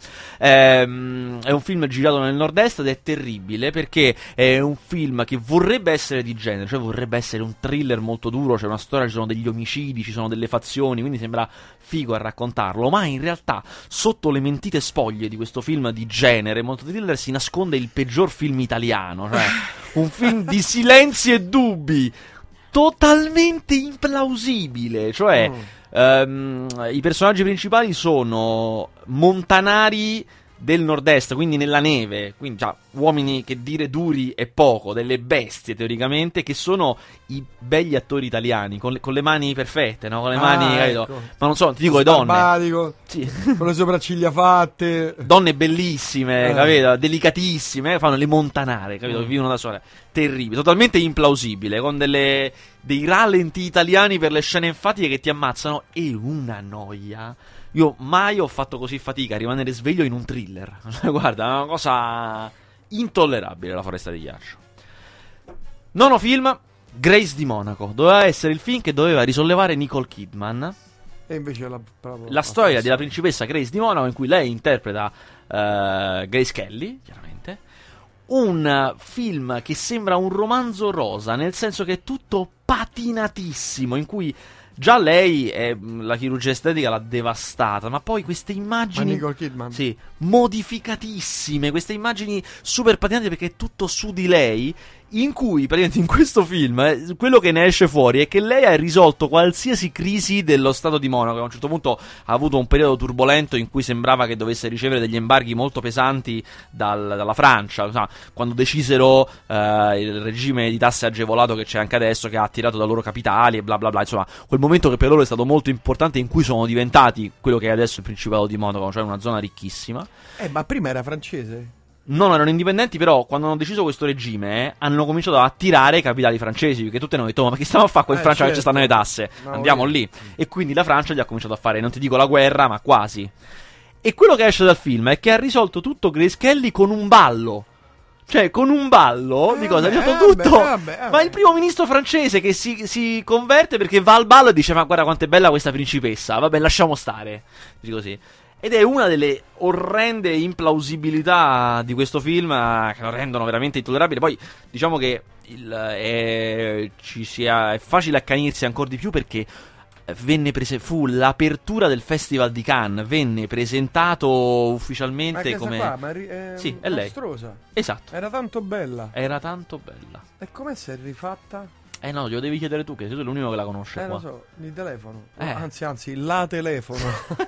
Ehm, è un film girato nel nord-est ed è terribile perché è un film che vorrebbe essere di genere, cioè vorrebbe essere un thriller molto duro, c'è una storia, ci sono degli omicidi, ci sono delle fazioni, quindi sembra figo a raccontarlo, ma in realtà sotto le mentite spoglie di questo film di genere molto thriller si nasconde il peggior film italiano, cioè un film di silenzi e dubbi, totalmente implausibile, cioè mm. um, i personaggi principali sono montanari del nord-est, quindi nella neve, quindi già uomini, che dire duri è poco, delle bestie teoricamente, che sono i begli attori italiani, con le, con le mani perfette, no? Con le ah, mani, ecco. capito? Ma non so, ti dico le donne. Sì. Con le sopracciglia fatte. Donne bellissime, eh. capito? Delicatissime, fanno le montanare, capito? Mm. Vivono da sole. Terribile, totalmente implausibile, con delle, dei rallenti italiani per le scene enfatiche che ti ammazzano, e una noia. Io mai ho fatto così fatica a rimanere sveglio in un thriller. Guarda, è una cosa intollerabile, La foresta di ghiaccio. Nono film, Grace di Monaco. Doveva essere il film che doveva risollevare Nicole Kidman. E invece la, proprio, la storia della principessa Grace di Monaco, in cui lei interpreta uh, Grace Kelly, chiaramente. Un film che sembra un romanzo rosa, nel senso che è tutto patinatissimo, in cui già lei è, la chirurgia estetica l'ha devastata, ma poi queste immagini, Nicole Kidman. Sì, modificatissime, queste immagini super patinate perché è tutto su di lei, in cui praticamente in questo film eh, quello che ne esce fuori è che lei ha risolto qualsiasi crisi dello Stato di Monaco, che a un certo punto ha avuto un periodo turbolento in cui sembrava che dovesse ricevere degli embarghi molto pesanti dal, dalla Francia, insomma, quando decisero eh, il regime di tasse agevolato che c'è anche adesso, che ha attirato da loro capitali e bla bla bla, insomma quel momento che per loro è stato molto importante, in cui sono diventati quello che è adesso il Principato di Monaco, cioè una zona ricchissima. Eh, ma prima era francese? Non erano indipendenti, però quando hanno deciso questo regime eh, hanno cominciato a attirare i capitali francesi, perché tutti hanno detto ma che stiamo a fare qua in Eh, Francia certo. che ci stanno le tasse, No, andiamo io- lì. E quindi la Francia gli ha cominciato a fare, non ti dico la guerra, ma quasi. E quello che esce dal film è che ha risolto tutto Grace Kelly con un ballo. Cioè, con un ballo di cosa? Ha vabbè, risolto eh, vabbè, tutto. eh, vabbè, eh, Ma il primo ministro francese che si, si converte perché va al ballo e dice ma guarda quanto è bella questa principessa, vabbè lasciamo stare. Dici così. Ed è una delle orrende implausibilità di questo film eh, che lo rendono veramente intollerabile. Poi diciamo che il, è, ci sia, è facile accanirsi ancora di più perché venne prese, fu l'apertura del Festival di Cannes, venne presentato Ma ufficialmente questa come... qua, ma ri- è Sì, è lei. mostruosa. Esatto, Era tanto bella. era tanto bella. E come si è rifatta? Eh no, glielo devi chiedere tu, che sei tu l'unico che la conosce Eh, qua. lo so, di telefono. Eh. Anzi, anzi, la telefono.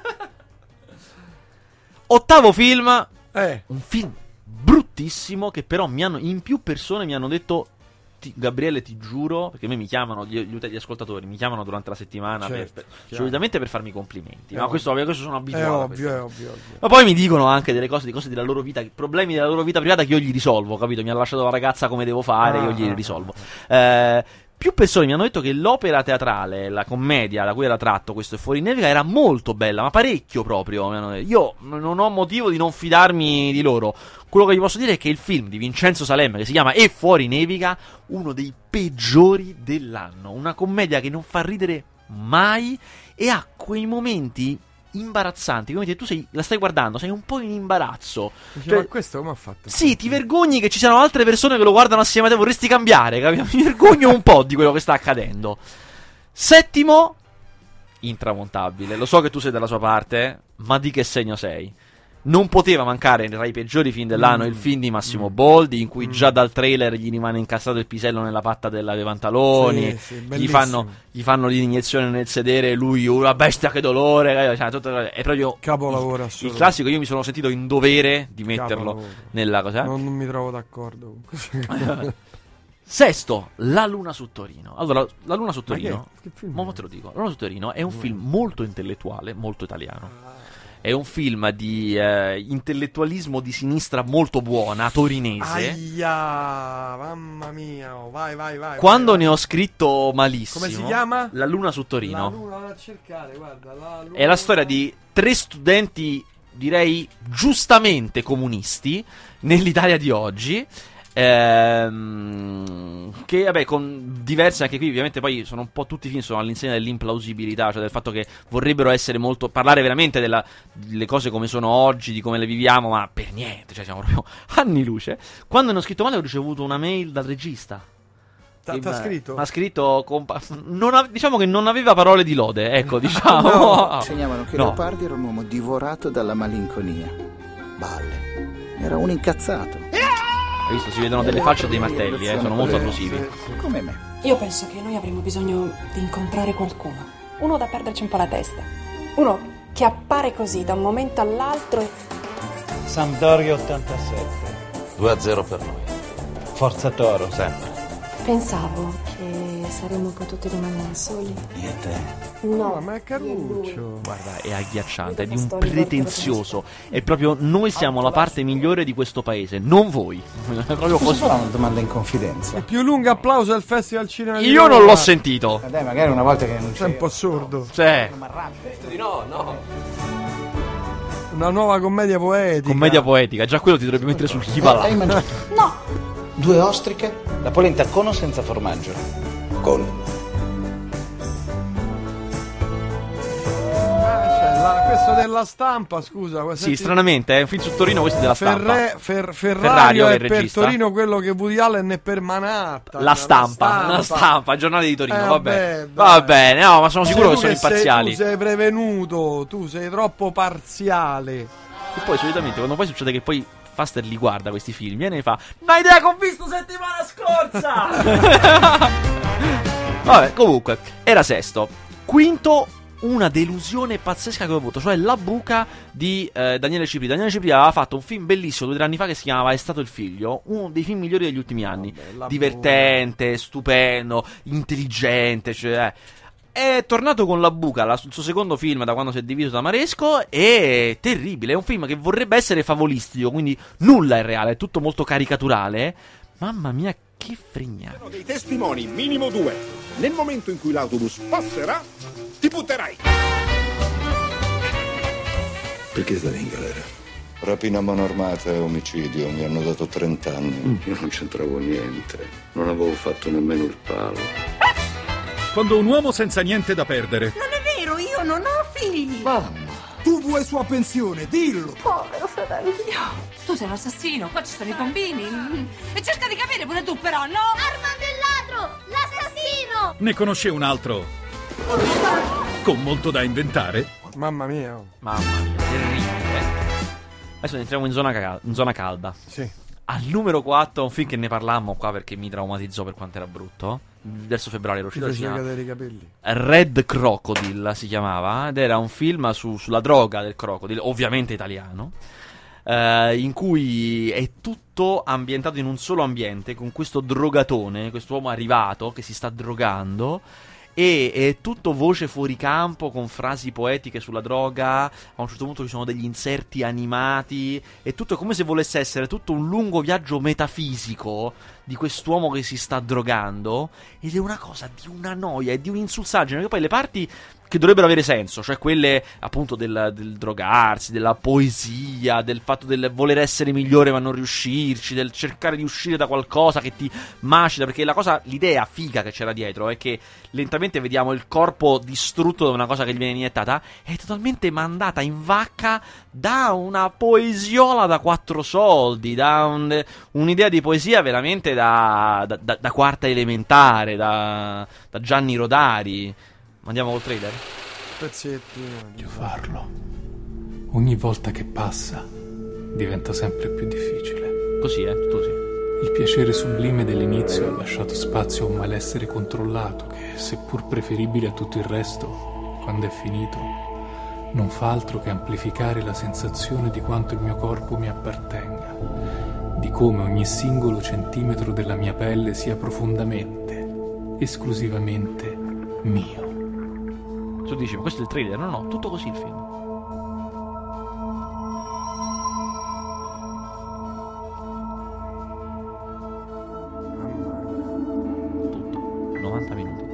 Ottavo film, eh. un film bruttissimo che però mi hanno, in più persone mi hanno detto ti- Gabriele ti giuro, perché a me mi chiamano gli, gli, ut- gli ascoltatori mi chiamano durante la settimana per- Certo, per- chiaro. solitamente per farmi complimenti, È ma questo, questo sono È abituato a questa ovvio, è cosa. ovvio, ovvio. Ma poi mi dicono anche delle cose, di cose della loro vita, problemi della loro vita privata che io gli risolvo, capito? Mi ha lasciato la ragazza come devo fare, Ah, io glieli ah, risolvo. Eh, più persone mi hanno detto che l'opera teatrale, la commedia da cui era tratto questo è Fuori in Nevica, era molto bella, ma parecchio proprio. Mi hanno detto. Io non ho motivo di non fidarmi di loro. Quello che vi posso dire è che il film di Vincenzo Salemme, che si chiama E Fuori Nevica, uno dei peggiori dell'anno. Una commedia che non fa ridere mai e ha quei momenti imbarazzanti, come dire, tu sei, la stai guardando, sei un po' in imbarazzo. Dice, Cioè, ma questo come ha fatto? sì, ti vergogni che ci siano altre persone che lo guardano assieme a te, vorresti cambiare, capito? Mi vergogno un po' di quello che sta accadendo. Settimo, Intramontabile. Lo so che tu sei dalla sua parte, ma di che segno sei? Non poteva mancare tra i peggiori film dell'anno Mm. il film di Massimo Boldi, in cui già dal trailer gli rimane incastrato il pisello nella patta della dei pantaloni, Sì, sì, gli, bellissimo. fanno, gli fanno l'iniezione nel sedere e lui una bestia che dolore, cioè, tutto- è proprio Capolavoro il, assoluto. il classico. Io mi sono sentito in dovere di metterlo Capolavoro. nella cosa. Non, non mi trovo d'accordo con questo. Sesto, La Luna su Torino. Allora, La Luna su Ma che- Torino, che film mo è? te lo dico, La Luna su Torino è un film molto intellettuale, molto italiano. È un film di eh, intellettualismo di sinistra molto buona, torinese. Aia, mamma mia, oh, vai, vai, vai. Quando vai, ne vai. ho scritto malissimo. Come si chiama? La Luna su La Torino. luna, vado a cercare, guarda. La luna... È la storia di tre studenti, direi giustamente comunisti, nell'Italia di oggi. Ehm, che vabbè, con diverse anche qui, ovviamente poi sono un po' tutti i film sono all'insegna dell'implausibilità, cioè del fatto che vorrebbero essere molto, parlare veramente della, delle cose come sono oggi, di come le viviamo, ma per niente, cioè siamo proprio anni luce. Quando ne ho scritto male ho ricevuto una mail dal regista. T'ha- t'ha scritto? Ha scritto compa- non ave- diciamo che non aveva parole di lode, ecco, diciamo. No. Insegnavano che No. Leopardi era un uomo divorato dalla malinconia. Balle. Era un incazzato. Hai visto, si vedono delle facce e dei martelli, eh, sono molto abusivi. Come me. Io penso che noi avremmo bisogno di incontrare qualcuno. Uno da perderci un po' la testa. Uno che appare così da un momento all'altro e... Sampdoria ottantasette. due a zero per noi. Forza Toro, sempre. Pensavo che saremmo potuti rimanere soli. Niente. No, ma è caruccio. Guarda, è agghiacciante, è di un pretenzioso. È proprio noi siamo la parte migliore di questo paese, non voi. È proprio Posso così. fare una domanda in confidenza? Il più lungo applauso del Festival Cinema di Io Roma. non l'ho sentito. Eh dai, magari una volta che non Sei un c'è. po' sordo. Cioè, No, no. Una nuova commedia poetica. commedia poetica, già quello ti dovrebbe mettere sul chi va là. Hai mangiato? no! Due ostriche? La polenta con o senza formaggio? Con. Ah, cioè, la- questo della stampa, scusa. questo Sì, è- stranamente, è un film su Torino, questo è della stampa. Ferre, Fer- Ferrario, Ferrario che è è il per regista. Torino quello che Woody Allen è per Manhattan. La stampa, la stampa, giornale di Torino, Eh, vabbè. vabbè, Va dai. bene, no, ma sono sicuro Sei che tu sono sei- imparziali. Tu sei prevenuto, tu sei troppo parziale. E poi solitamente quando poi succede che poi Faster li guarda questi film e ne fa: ma idea che ho visto settimana scorsa! Vabbè, comunque, era sesto. Quinto, una delusione pazzesca che ho avuto, cioè La buca di eh, Daniele Cipri. Daniele Cipri aveva fatto un film bellissimo due o tre anni fa che si chiamava È stato il figlio, uno dei film migliori degli ultimi anni. Vabbè, divertente, buca. Stupendo, intelligente, cioè... È tornato con La buca, la, il suo secondo film da quando si è diviso da Maresco. È terribile, è un film che vorrebbe essere favolistico, quindi nulla è reale, è tutto molto caricaturale. Mamma mia, che fregnare. Sono dei testimoni, minimo due. Nel momento in cui l'autobus passerà, ti butterai. Perché stai in galera? Rapina a mano armata e omicidio, mi hanno dato trenta anni. Mm. Io non c'entravo niente, non avevo fatto nemmeno il palo. Quando un uomo senza niente da perdere. Non è vero, io non ho figli. Mamma. Tu vuoi sua pensione, dillo. Povero fratello. Tu sei un assassino, qua ci sono i bambini. E cerca di capire pure tu però, no? Armando il ladro, l'assassino. Ne conosce un altro con molto da inventare. Mamma mia. Oh. Mamma mia, terribile. Adesso entriamo in zona, ca- in zona calda. Sì. Al numero quattro, un film che ne parlammo qua perché mi traumatizzò per quanto era brutto. Verso febbraio era uscito. Ti faceva cadere i capelli. Red Crocodile si chiamava. Ed era un film su, sulla droga del crocodile, ovviamente italiano. Uh, in cui è tutto ambientato in un solo ambiente, con questo drogatone, quest'uomo arrivato che si sta drogando. E è tutto voce fuori campo con frasi poetiche sulla droga. A un certo punto ci sono degli inserti animati. È tutto come se volesse essere tutto un lungo viaggio metafisico di quest'uomo che si sta drogando. Ed è una cosa di una noia e di un'insulsaggine, che poi le parti che dovrebbero avere senso, cioè quelle appunto del, del drogarsi, della poesia, del fatto del voler essere migliore ma non riuscirci, del cercare di uscire da qualcosa che ti macita, perché la cosa, l'idea figa che c'era dietro è che lentamente vediamo il corpo distrutto da una cosa che gli viene iniettata, è totalmente mandata in vacca da una poesiola da quattro soldi, da un, un'idea di poesia veramente da, da, da, da quarta elementare, da, da Gianni Rodari. Andiamo col trailer? Pezzetti. Voglio farlo. Ogni volta che passa diventa sempre più difficile. Così, eh? Tutto così. Il piacere sublime dell'inizio ha lasciato spazio a un malessere controllato che, seppur preferibile a tutto il resto, quando è finito, non fa altro che amplificare la sensazione di quanto il mio corpo mi appartenga, di come ogni singolo centimetro della mia pelle sia profondamente, esclusivamente mio. Tu dici, ma questo è il trailer? No, no, tutto così il film. Tutto. novanta minuti.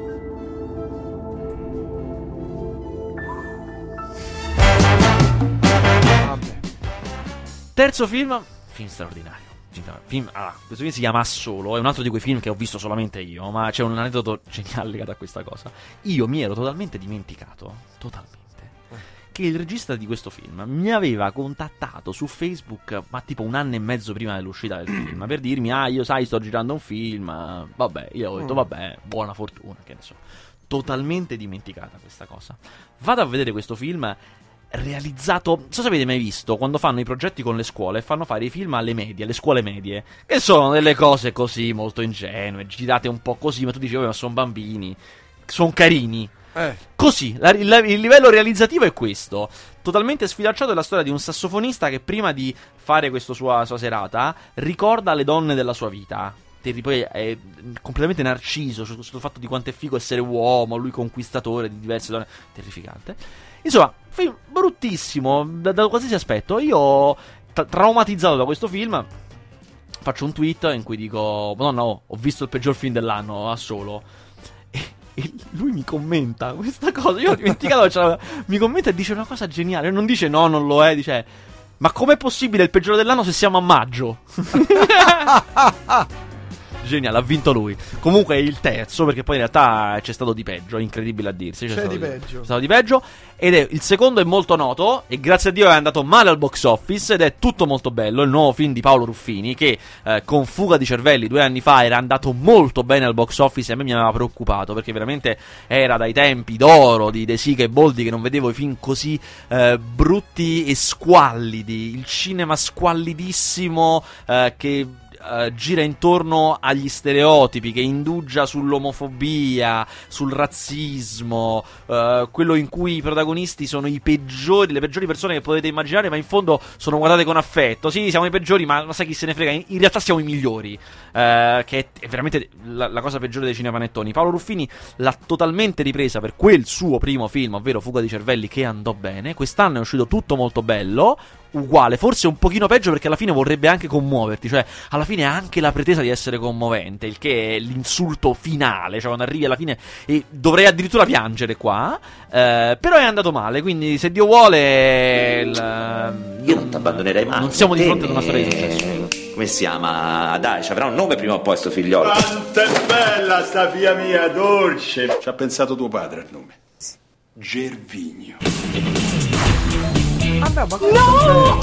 Vabbè. Terzo film, film straordinario. Film, ah, questo film si chiama Assolo, è un altro di quei film che ho visto solamente io, ma c'è un aneddoto geniale legato a questa cosa. Io mi ero totalmente dimenticato, totalmente, che il regista di questo film mi aveva contattato su Facebook, ma tipo un anno e mezzo prima dell'uscita del film, per dirmi, ah, io sai, sto girando un film, vabbè, io ho detto, vabbè, buona fortuna, che ne so. Totalmente dimenticata questa cosa. Vado a vedere questo film realizzato, non so se avete mai visto quando fanno i progetti con le scuole, fanno fare i film alle medie, alle scuole medie, che sono delle cose così molto ingenue, girate un po' così, ma tu dici, ma sono bambini, sono carini, eh. Così, la, la, il livello realizzativo è questo. Totalmente sfilacciato è la storia di un sassofonista che prima di fare questa sua, sua serata ricorda le donne della sua vita. Poi è completamente narciso sul fatto di quanto è figo essere uomo, lui conquistatore di diverse donne, terrificante. Insomma, film bruttissimo da, da qualsiasi aspetto. Io, tra- traumatizzato da questo film, faccio un tweet in cui dico, no no, ho visto il peggior film dell'anno, a solo. E, e lui mi commenta questa cosa, io ho dimenticato, cioè, mi commenta e dice una cosa geniale. Non dice no, non lo è, dice, ma com'è possibile il peggiore dell'anno se siamo a maggio? Geniale, ha vinto lui. Comunque è il terzo, perché poi in realtà c'è stato di peggio, incredibile a dirsi. C'è, c'è stato di peggio. C'è stato di peggio. Ed è il secondo è molto noto e grazie a Dio è andato male al box office ed è tutto molto bello, il nuovo film di Paolo Ruffini che eh, con Fuga di cervelli due anni fa era andato molto bene al box office e a me mi aveva preoccupato perché veramente era dai tempi d'oro di De Sica e Boldi che non vedevo i film così eh, brutti e squallidi, il cinema squallidissimo eh, che Uh, gira intorno agli stereotipi, che indugia sull'omofobia, sul razzismo, uh, quello in cui i protagonisti sono i peggiori, le peggiori persone che potete immaginare, ma in fondo sono guardate con affetto. Sì, siamo i peggiori, ma, ma sai chi se ne frega, in, in realtà siamo i migliori, uh, che è, è veramente la, la cosa peggiore dei cinepanettoni. Paolo Ruffini l'ha totalmente ripresa per quel suo primo film, ovvero Fuga di cervelli, che andò bene. Quest'anno è uscito tutto molto bello, uguale, forse un pochino peggio perché alla fine vorrebbe anche commuoverti, cioè alla fine ha anche la pretesa di essere commovente, il che è l'insulto finale, cioè quando arrivi alla fine e dovrei addirittura piangere qua, eh, però è andato male, quindi se Dio vuole il, io non ti abbandonerei mai. Non siamo di fronte ad una storia di successo. Come si chiama? Dai, ci avrà un nome prima o poi sto figliolo. Quanto è bella sta figlia mia, dolce. Ci ha pensato tuo padre al nome. Gervigno. Vabbè, ma no!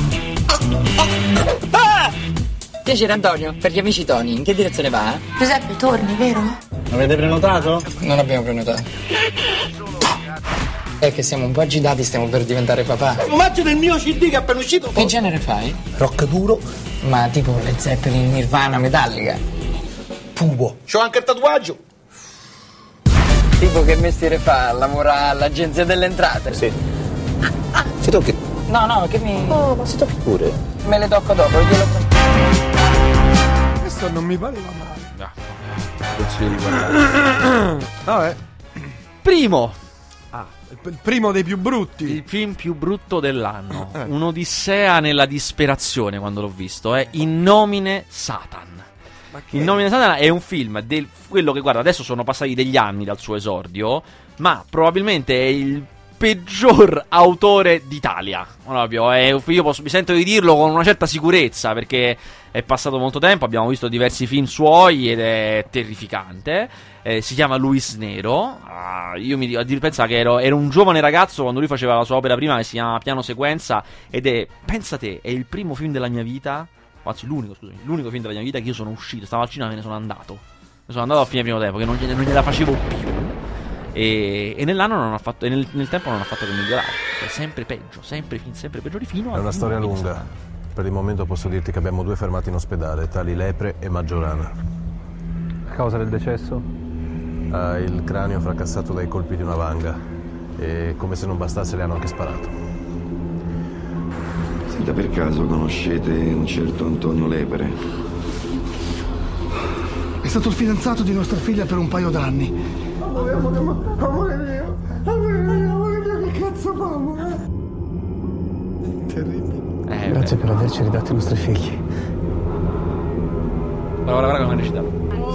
Ah! Piacere Antonio, per gli amici Tony, in che direzione va? Giuseppe, torni, vero? Avete prenotato? Non abbiamo prenotato. È che siamo un po' agitati, stiamo per diventare papà. Immagina il mio C D che è appena uscito. Che genere fai? Rock duro. Ma tipo Led Zeppelin, Nirvana, Metallica. Pubo. C'ho anche il tatuaggio. Tipo che mestiere fa? Lavora all'agenzia delle entrate? Sì. Ah, si tocchi? No, no, che mi... No, ma si tocchi pure. Me le tocco dopo, glielo... Questo non mi pareva male. No. Consiglio di guardare. Vabbè. Primo. Ah, il primo dei più brutti. Il film più brutto dell'anno. Eh. Un'odissea nella disperazione quando l'ho visto. È In nomine Satan. In nomine Satan è un film del quello che, guarda, adesso sono passati degli anni dal suo esordio, ma probabilmente è il peggior autore d'Italia. Proprio, è, io posso, mi sento di dirlo con una certa sicurezza perché è passato molto tempo, abbiamo visto diversi film suoi ed è terrificante. Eh, si chiama Luis Nero. Ah, io mi a dire, pensa che ero, ero un giovane ragazzo quando lui faceva la sua opera prima che si chiama Piano Sequenza ed è, pensa te, è il primo film della mia vita, anzi l'unico, scusami, l'unico film della mia vita che io sono uscito, stavo al cinema e me ne sono andato. Ne sono andato a fine primo tempo, che non, gliene, non gliela facevo più. E, e nell'anno non ha fatto, e nel, nel tempo non ha fatto che migliorare. È sempre peggio, sempre, sempre peggiori fino a. È una storia lunga. Per il momento posso dirti che abbiamo due fermati in ospedale, tali Lepre e Maggiorana. Causa del decesso? Ha il cranio fracassato dai colpi di una vanga e come se non bastasse le hanno anche sparato. Senta, per caso conoscete un certo Antonio Lepre? È stato il fidanzato di nostra figlia per un paio d'anni. Amore, amore, amore mio, amore mio, amore mio, che cazzo fa, amore? Terribile. Eh, Grazie beh. per averci ridatti i nostri figli. Guarda, guarda come è recitato.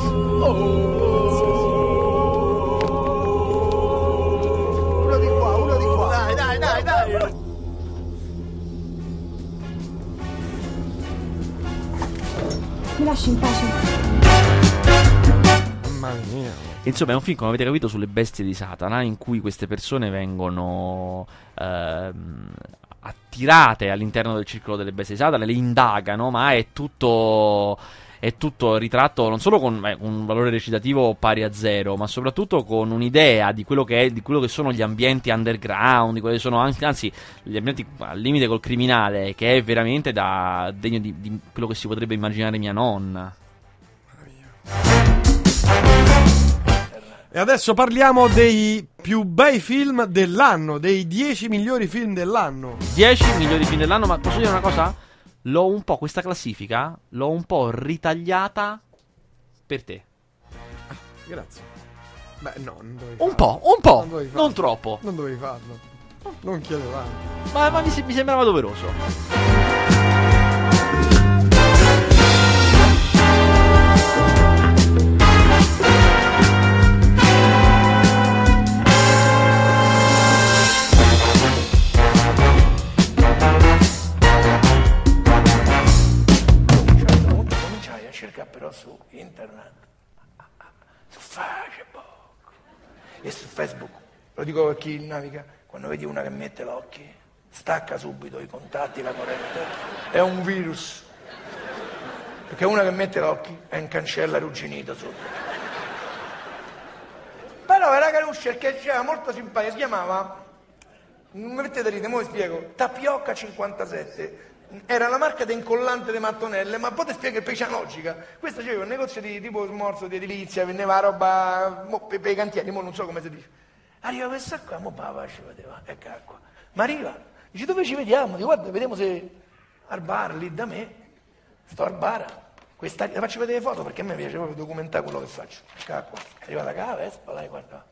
Uno di qua, uno di qua. Dai, dai, dai, dai. Mi lasci in pace. Mamma mia. Insomma, è un film, come avete capito, sulle bestie di Satana, in cui queste persone vengono ehm, attirate all'interno del circolo delle bestie di Satana, le indagano, ma è tutto, è tutto ritratto non solo con beh, un valore recitativo pari a zero, ma soprattutto con un'idea di quello che è, di quello che sono gli ambienti underground, di quelli che sono anche, anzi, gli ambienti al limite col criminale, che è veramente da degno di, di quello che si potrebbe immaginare mia nonna. E adesso parliamo dei più bei film dell'anno, dei dieci migliori film dell'anno. dieci migliori film dell'anno, ma posso dire una cosa? L'ho un po', questa classifica, l'ho un po' ritagliata per te. Ah, grazie. Beh, no, non dovevi Un farlo. po', un po', Non, dovevi non farlo. troppo. Non dovevi farlo. Non chiedevamo. Ma, ma mi, se- mi sembrava doveroso. Cerca però su internet Fernando. Su Facebook. E su Facebook, lo dico a chi naviga, quando vedi una che mette l'occhio, stacca subito i contatti, la corrente. È un virus. Perché una che mette l'occhio è in cancella arrugginito sotto. Però era caruccia perché c'era molto simpatica, si chiamava, non mi mettete a ridere, mo vi spiego, Tapioca cinquantasette. Era la marca di incollante di mattonelle, ma poi ti spiego perché c'è una logica. Questo c'era un negozio di tipo smorzo di edilizia, vendeva roba per, per i cantieri, mo non so come si dice. Arriva questa qua, mo papà ci vedeva, ecco qua. Ma arriva, dice dove ci vediamo? Dico guarda, vediamo se al bar lì da me, sto al bar. Questa, le faccio vedere le foto perché a me piace proprio documentare quello che faccio. Ecco qua, è arrivata qua, Vespa, dai guarda.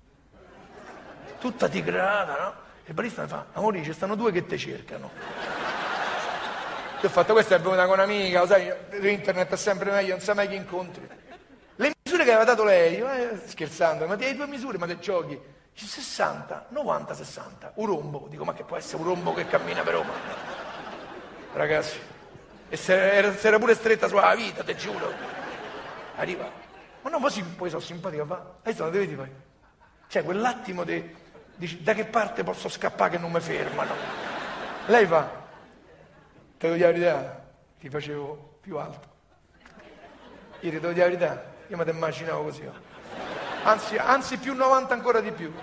Tutta tigrata, no? E il barista mi fa, amore, ci stanno due che te cercano. Io ho fatto, questa è venuta con un'amica, lo sai, internet è sempre meglio, non sai mai chi incontri. Le misure che aveva dato lei, eh, scherzando, ma ti hai due misure, ma te giochi? sessanta, novanta, sessanta, un rombo. Dico, ma che può essere un rombo che cammina per Roma? Ragazzi, e se era, se era pure stretta sulla vita, te giuro. Arriva, ma no, poi, poi sono simpatica, va, hai visto, devi fare. Cioè, quell'attimo di, dici, da che parte posso scappare che non mi fermano? Lei fa, te lo dico la verità, ti facevo più alto. Io ti devo dire la verità, io mi te immaginavo così. Oh. Anzi, anzi, più novanta ancora di più.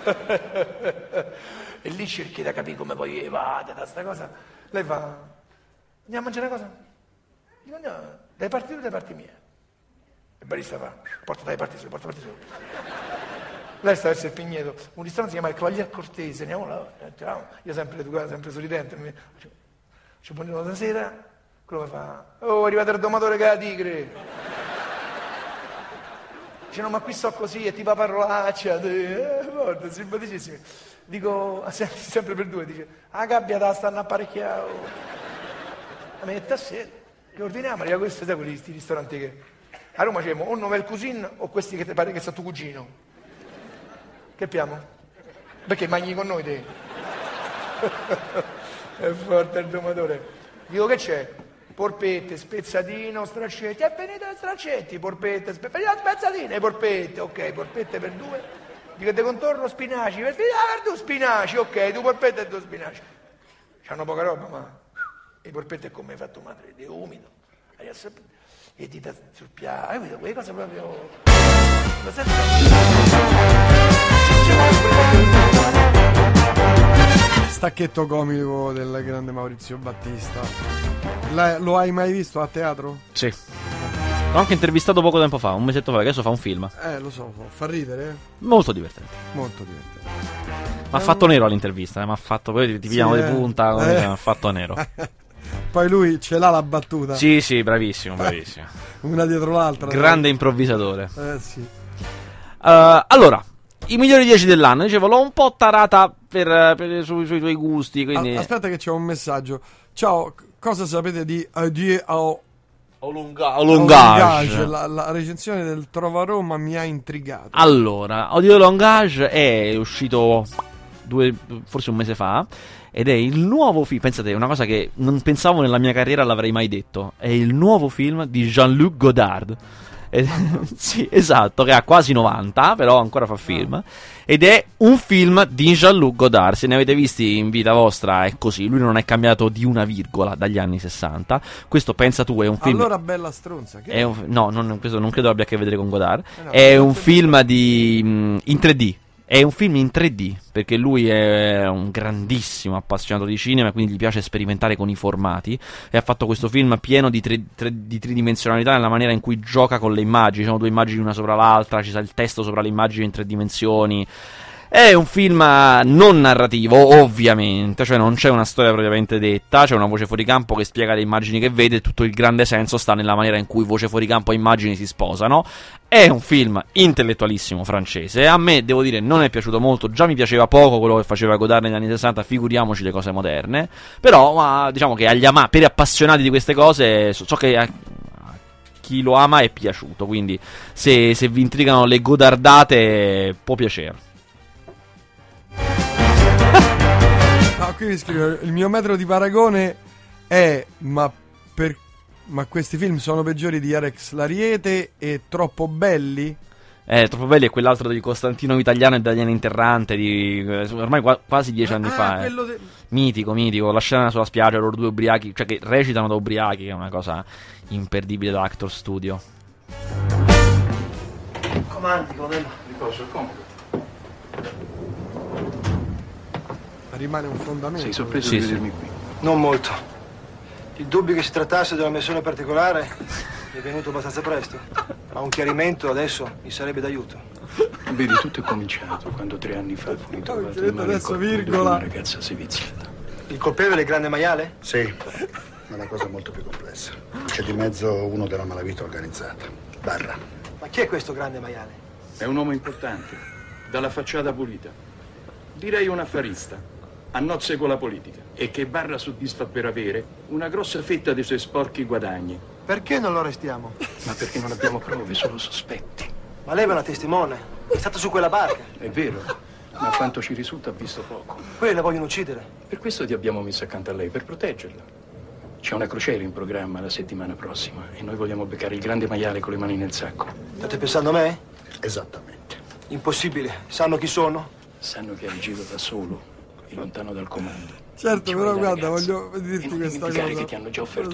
E lì cerchi da capire come poi evade da sta cosa. Lei fa, andiamo a mangiare una cosa? Dico, andiamo, dai parti tue, dai parti mie. Il barista fa, porta dai parti sue, porta parti sue. Lei sta verso il Pigneto, un ristorante si chiama il Cavalier Cortese, andiamo là, entriamo. Io sempre educato, sempre sorridente. Mi... Ci buongiorno stasera, quello mi fa, oh, è arrivato il domatore che è la tigre. Dice, no, ma qui sto così, e tipo parolaccia, eh, guarda, simpaticissimi. Dico, sempre per due, dice, ah, gabbia, te la stanno apparecchiando. La mette a sé, che ordiniamo, arriva questo, sai, questi ristoranti che... A Roma c'è o Novel Cuisine o questi che ti pare che sono tuo cugino. Che piamo? Perché mangi con noi te? È forte il domatore. Dico, che c'è? Porpette, spezzatino, straccetti. È finito i straccetti, porpette, spezzatino, spezzatine, porpette. Ok, porpette per due. Dico, te contorno spinaci. Per due spinaci, ok, due porpette e due spinaci. C'hanno poca roba, ma i porpette è come hai fatto madre, è umido. E dita sul piatto. Hai visto quelle cose proprio... Stacchetto comico del grande Maurizio Battista. La, lo hai mai visto a teatro? Sì. L'ho anche intervistato poco tempo fa, un mesetto fa, adesso fa un film. Eh, lo so, fa ridere. Eh? Molto divertente. Molto divertente. Ma ha fatto nero all'intervista, eh? Ma ha fatto, poi ti pigliamo sì, di punta, eh. Mi ha fatto nero. Poi lui ce l'ha la battuta. Sì, sì, bravissimo, bravissimo. Una dietro l'altra. Grande dai. improvvisatore. Eh, sì. Uh, allora, i migliori dieci dell'anno. Dicevo, l'ho un po' tarata per, per, su, sui tuoi gusti. Quindi... Aspetta che c'è un messaggio. Ciao, cosa sapete di Adieu au Langage? La, la recensione del Trova Roma mi ha intrigato. Allora, Adieu Langage è uscito due, forse un mese fa. Ed è il nuovo film, pensate, è una cosa che non pensavo nella mia carriera l'avrei mai detto. È il nuovo film di Jean-Luc Godard. Ed, sì, esatto, che ha quasi novanta, però ancora fa film. Ed è un film di Jean-Luc Godard. Se ne avete visti in vita vostra è così. Lui non è cambiato di una virgola dagli anni sessanta. Questo, pensa tu, è un film... Allora bella stronza che è un... No, non, questo non credo abbia a che vedere con Godard. eh no, È un film di mh, in tre D. È un film in tre D, perché lui è un grandissimo appassionato di cinema, quindi gli piace sperimentare con i formati, e ha fatto questo film pieno di, tri- tri- di tridimensionalità nella maniera in cui gioca con le immagini. Ci sono due immagini una sopra l'altra, ci sta il testo sopra le immagini in tre dimensioni. È un film non narrativo, ovviamente, cioè non c'è una storia propriamente detta, c'è una voce fuori campo che spiega le immagini che vede, e tutto il grande senso sta nella maniera in cui voce fuori campo e immagini si sposano. È un film intellettualissimo francese, a me, devo dire, non è piaciuto molto, già mi piaceva poco quello che faceva Godard negli anni sessanta, figuriamoci le cose moderne, però ma, diciamo che agli ama- per gli appassionati di queste cose, so, so che a chi lo ama è piaciuto, quindi se, se vi intrigano le godardate può piacere. No, qui mi scrive, il mio metro di paragone è, ma per Ma questi film sono peggiori di Arex l'Ariete e Troppo Belli? Eh, Troppo Belli è quell'altro di Costantino Italiano e Daniele Interrante di ormai qua, quasi dieci anni ah, fa. Eh. De... Mitico, mitico. La scena sulla spiaggia, loro due ubriachi, cioè che recitano da ubriachi, che è una cosa imperdibile da Actor Studio. Comandi, colonnello. Riposo, comodo. Rimane un fondamento. Sei sorpreso sì, di vedermi sì. qui? Non molto. Il dubbio che si trattasse di una missione particolare mi è venuto abbastanza presto. Ma un chiarimento adesso mi sarebbe d'aiuto. Vedi, tutto è cominciato quando tre anni fa fu ritrovato oh, il mare adesso virgola. Una ragazza seviziata. Il colpevole è il grande maiale? Sì, ma è una cosa molto più complessa. C'è di mezzo uno della malavita organizzata, Barra. Ma chi è questo grande maiale? È un uomo importante, dalla facciata pulita. Direi un affarista. A nozze con la politica e che Barra soddisfa per avere una grossa fetta dei suoi sporchi guadagni. Perché non lo arrestiamo? Ma perché non abbiamo prove, solo sospetti. Ma lei è una testimone, è stato su quella barca. È vero, ma a quanto ci risulta ha visto poco. Quelli la vogliono uccidere. Per questo ti abbiamo messo accanto a lei, per proteggerla. C'è una crociera in programma la settimana prossima e noi vogliamo beccare il grande maiale con le mani nel sacco. State pensando a me? Esattamente. Impossibile, sanno chi sono? Sanno che hai giro da solo. Lontano dal comando. Certo, però guarda, voglio dirti questa cosa. Che ti hanno già offerto.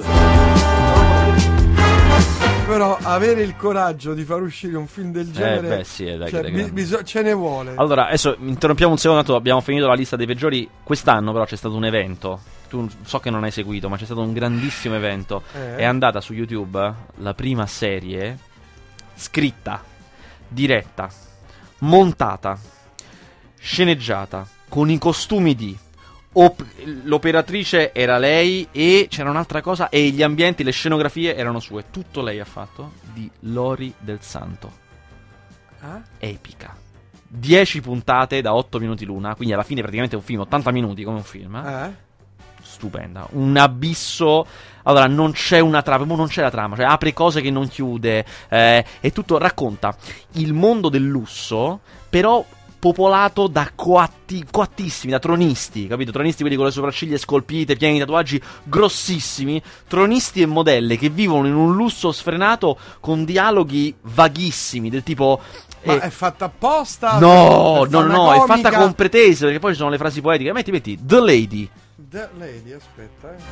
Però avere il coraggio di far uscire un film del genere, eh beh, sì, dai, cioè, dai, bi- bis- ce ne vuole. Allora, adesso interrompiamo un secondo, abbiamo finito la lista dei peggiori. Quest'anno però c'è stato un evento. Tu so che non hai seguito, ma c'è stato un grandissimo evento. Eh. È andata su YouTube la prima serie scritta, diretta, montata, sceneggiata con i costumi di op- l'operatrice era lei e c'era un'altra cosa e gli ambienti, le scenografie erano sue, tutto lei ha fatto, di Lori del Santo. Ah? Epica. dieci puntate da otto minuti l'una, quindi alla fine praticamente è un film, ottanta minuti come un film. Eh? Stupenda, un abisso. Allora non c'è una trama, non c'è la trama, cioè apre cose che non chiude, eh, e tutto racconta il mondo del lusso, però popolato da coatti, coattissimi, da tronisti, capito? Tronisti quelli con le sopracciglia scolpite, pieni di tatuaggi grossissimi, tronisti e modelle che vivono in un lusso sfrenato con dialoghi vaghissimi, del tipo... Ma eh, è fatta apposta? No, no, no, comica? È fatta con pretese, perché poi ci sono le frasi poetiche. Metti, metti, The Lady. The Lady, aspetta, eh.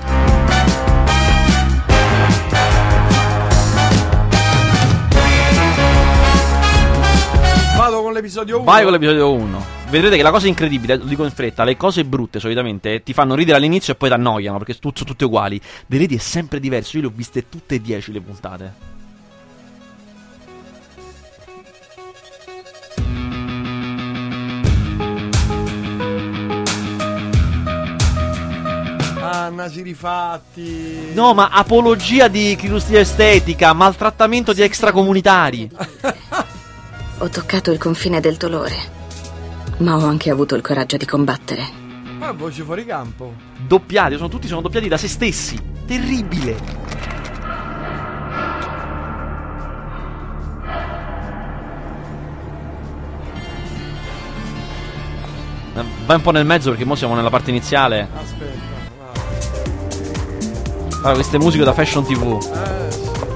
Vado con l'episodio uno. Vai con l'episodio uno. Vedrete che la cosa incredibile, lo dico in fretta, le cose brutte solitamente ti fanno ridere all'inizio e poi ti annoiano, perché sono tutte uguali. The Lady è sempre diverso, io le ho viste tutte e dieci le puntate. Ah, nasi rifatti. No, ma apologia di chirurgia estetica, maltrattamento di extracomunitari. Ho toccato il confine del dolore, ma ho anche avuto il coraggio di combattere. Ma voce fuori campo. Doppiati, sono tutti sono doppiati da se stessi. Terribile. Vai un po' nel mezzo perché mo siamo nella parte iniziale. Aspetta. Allora, queste musiche da Fashion ti vu. Eh,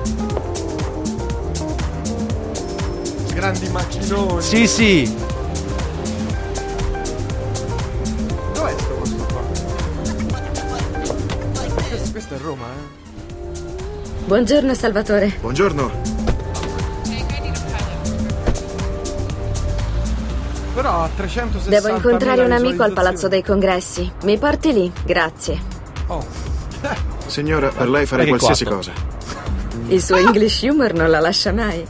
sì. Grandi macchinoni. Sì, sì. Dov'è sto posto qua? Questo, questo è Roma, eh? Buongiorno, Salvatore. Buongiorno. Però a trecentosessanta Devo incontrare un amico al Palazzo dei Congressi. Mi porti lì? Grazie. Oh. Signora, per lei farei qualsiasi cosa. Il suo English humor non la lascia mai.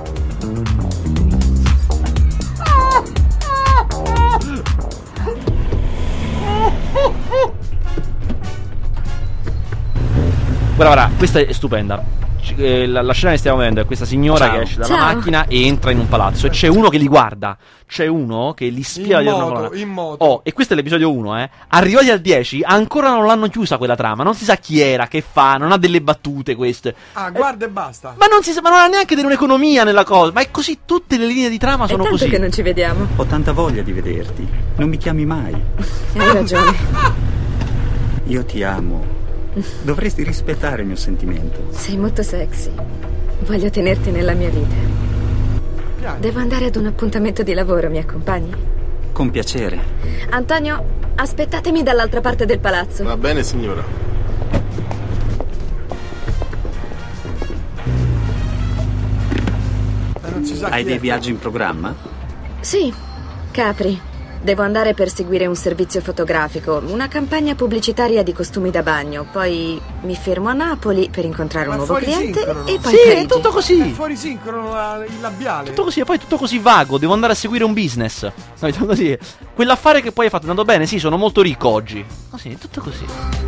Guarda, guarda, questa è stupenda. La, la scena che stiamo vedendo è questa signora Ciao. che esce dalla Ciao. macchina e entra in un palazzo e c'è uno che li guarda, c'è uno che li spia in dietro una moto, colonna. in moto. Oh, e questo è l'episodio uno, eh. Arrivati al dieci, ancora non l'hanno chiusa quella trama, non si sa chi era, che fa, non ha delle battute queste. Ah, guarda e basta. Ma non si sa, ma non ha neanche un'economia nella cosa, ma è così, tutte le linee di trama sono È tanto così. che non ci vediamo. Ho tanta voglia di vederti. Non mi chiami mai. Hai ragione. Io ti amo Dovresti rispettare il mio sentimento. Sei molto sexy. Voglio tenerti nella mia vita. Devo andare ad un appuntamento di lavoro, mi accompagni? Con piacere. Antonio, aspettatemi dall'altra parte del palazzo. Va bene, signora. Hai dei viaggi in programma? Sì, Capri. Devo andare per seguire un servizio fotografico, una campagna pubblicitaria di costumi da bagno. Poi mi fermo a Napoli per incontrare un Ma nuovo cliente sincrono, e no? poi Sì, Parigi. è tutto così. È fuori sincrono la- il labiale. Tutto così, e poi tutto così vago. Devo andare a seguire un business. Capito? Così. Quell'affare che poi hai fatto è andato bene. Sì, sono molto ricco oggi. Così, tutto così.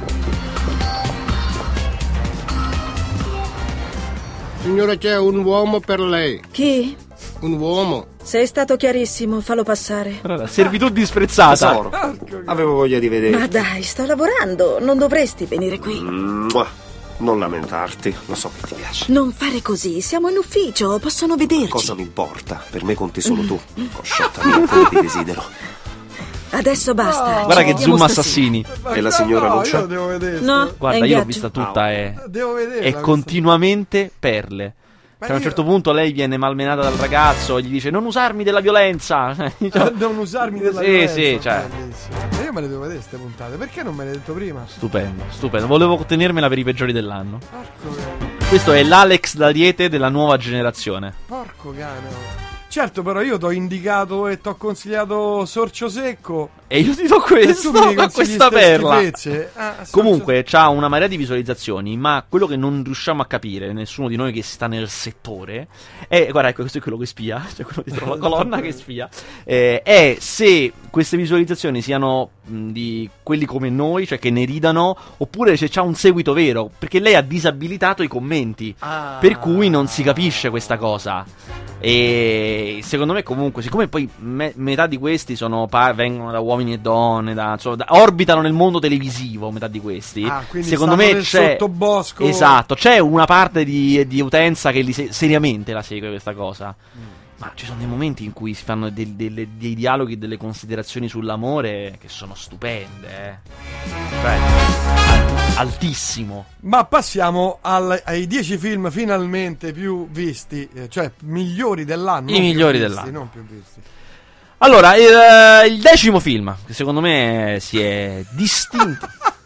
Signora, c'è un uomo per lei. Chi? Un uomo. Sei stato chiarissimo, fallo passare. Allora, servitù disprezzata. Tesoro, avevo voglia di vedere. Ma dai, sto lavorando, non dovresti venire qui. Mua. Non lamentarti, lo so che ti piace. Non fare così, siamo in ufficio, possono vederci. Cosa mi importa? Per me conti solo tu. Coscietta mia, come ti desidero. Adesso basta. Guarda ci che vediamo zoom stasera. assassini. E la signora no, non c'è? io devo vedere. No, Guarda, è in io l'ho viaggio. vista tutta. È, Devo vederla. è continuamente perle. Cioè, a un io- certo punto lei viene malmenata dal ragazzo e gli dice: non usarmi della violenza. Cioè, Non usarmi della Sì, violenza. sì, cioè. Bellissimo. E io me le devo vedere queste puntate. Perché non me l'hai detto prima? Stupendo, stupendo. Volevo tenermela per i peggiori dell'anno. Porco cane. Questo è l'Alex d'Ariete della nuova generazione. Porco cane. Certo, però io ti ho indicato e ti ho consigliato Sorcio Secco. E io ti do questo, E tu mi ma consigli questa ste perla. schifezze. Ah, Sorcio- Comunque c'ha una marea di visualizzazioni, ma quello che non riusciamo a capire, nessuno di noi che sta nel settore, è, guarda, ecco, questo è quello che spia, cioè quello dietro la colonna che spia, eh, è se queste visualizzazioni siano mh, di quelli come noi, cioè che ne ridano, oppure se c'ha un seguito vero, perché lei ha disabilitato i commenti, Ah. per cui non si capisce questa cosa. E secondo me comunque, siccome poi me- metà di questi sono pa- vengono da uomini e donne, da, insomma, da- orbitano nel mondo televisivo, metà di questi, Ah, quindi secondo stanno me nel c'è sottobosco. esatto, c'è una parte di, di utenza che li se- seriamente la segue questa cosa. Mm. Ma ci sono dei momenti in cui si fanno dei, delle- dei dialoghi, delle considerazioni sull'amore che sono stupende, eh. Cioè, al- altissimo. Ma passiamo al- ai dieci film finalmente più visti, eh, cioè migliori dell'anno. I non più migliori visti, dell'anno. Non più visti. Allora, il, il decimo film, che secondo me si è distinto.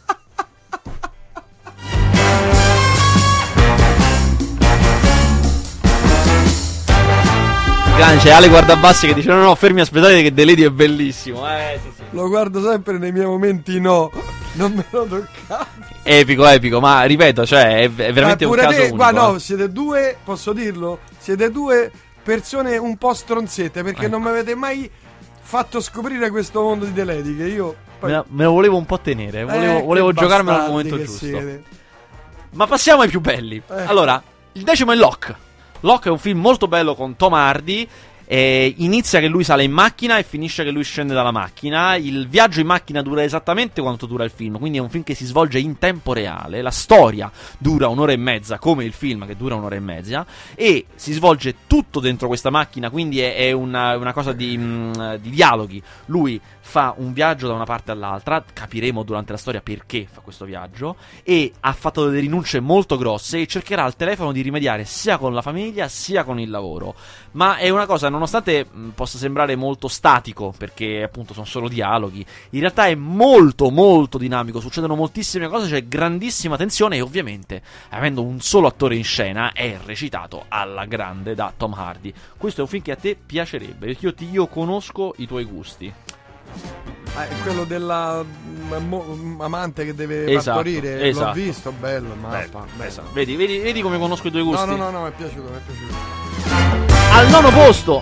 Grande, c'è Ale Guardabassi che dice: no, no, fermi, aspettate che The Lady è bellissimo. Eh, sì, sì. Lo guardo sempre nei miei momenti no, non me lo toccare. Epico, epico, ma ripeto, cioè, è, è veramente Ma un pure caso te, unico. guarda, no, eh. siete due, posso dirlo, siete due persone un po' stronzette perché Eh. non mi avete mai fatto scoprire questo mondo di The Lady che io poi... Me, la- me lo volevo un po' tenere, volevo, Eh, volevo che giocarmelo al bastardi momento che giusto. siete. Ma passiamo ai più belli. Eh. Allora, il decimo è Locke. Locke è un film molto bello con Tom Hardy. Eh, inizia che lui sale in macchina e finisce che lui scende dalla macchina. Il viaggio in macchina dura esattamente quanto dura il film, quindi è un film che si svolge in tempo reale. La storia dura un'ora e mezza, come il film che dura un'ora e mezza, e si svolge tutto dentro questa macchina, quindi è, è una, una cosa di, mh, di dialoghi. Lui fa un viaggio da una parte all'altra, capiremo durante la storia perché fa questo viaggio, e ha fatto delle rinunce molto grosse e cercherà al telefono di rimediare sia con la famiglia sia con il lavoro. Ma è una cosa, nonostante mh, possa sembrare molto statico, perché appunto sono solo dialoghi, in realtà è molto molto dinamico, succedono moltissime cose, c'è grandissima tensione e ovviamente, avendo un solo attore in scena, è recitato alla grande da Tom Hardy. Questo è un film che a te piacerebbe, perché io, ti, io conosco i tuoi gusti. Ah, è quello della mm, mo- amante che deve Esatto, partorire, esatto. l'ho visto, bello, ma Bello, pa- bello. esatto. Vedi, vedi, vedi come conosco i tuoi No, gusti? no, no, no, mi è piaciuto, mi è piaciuto. Al nono posto,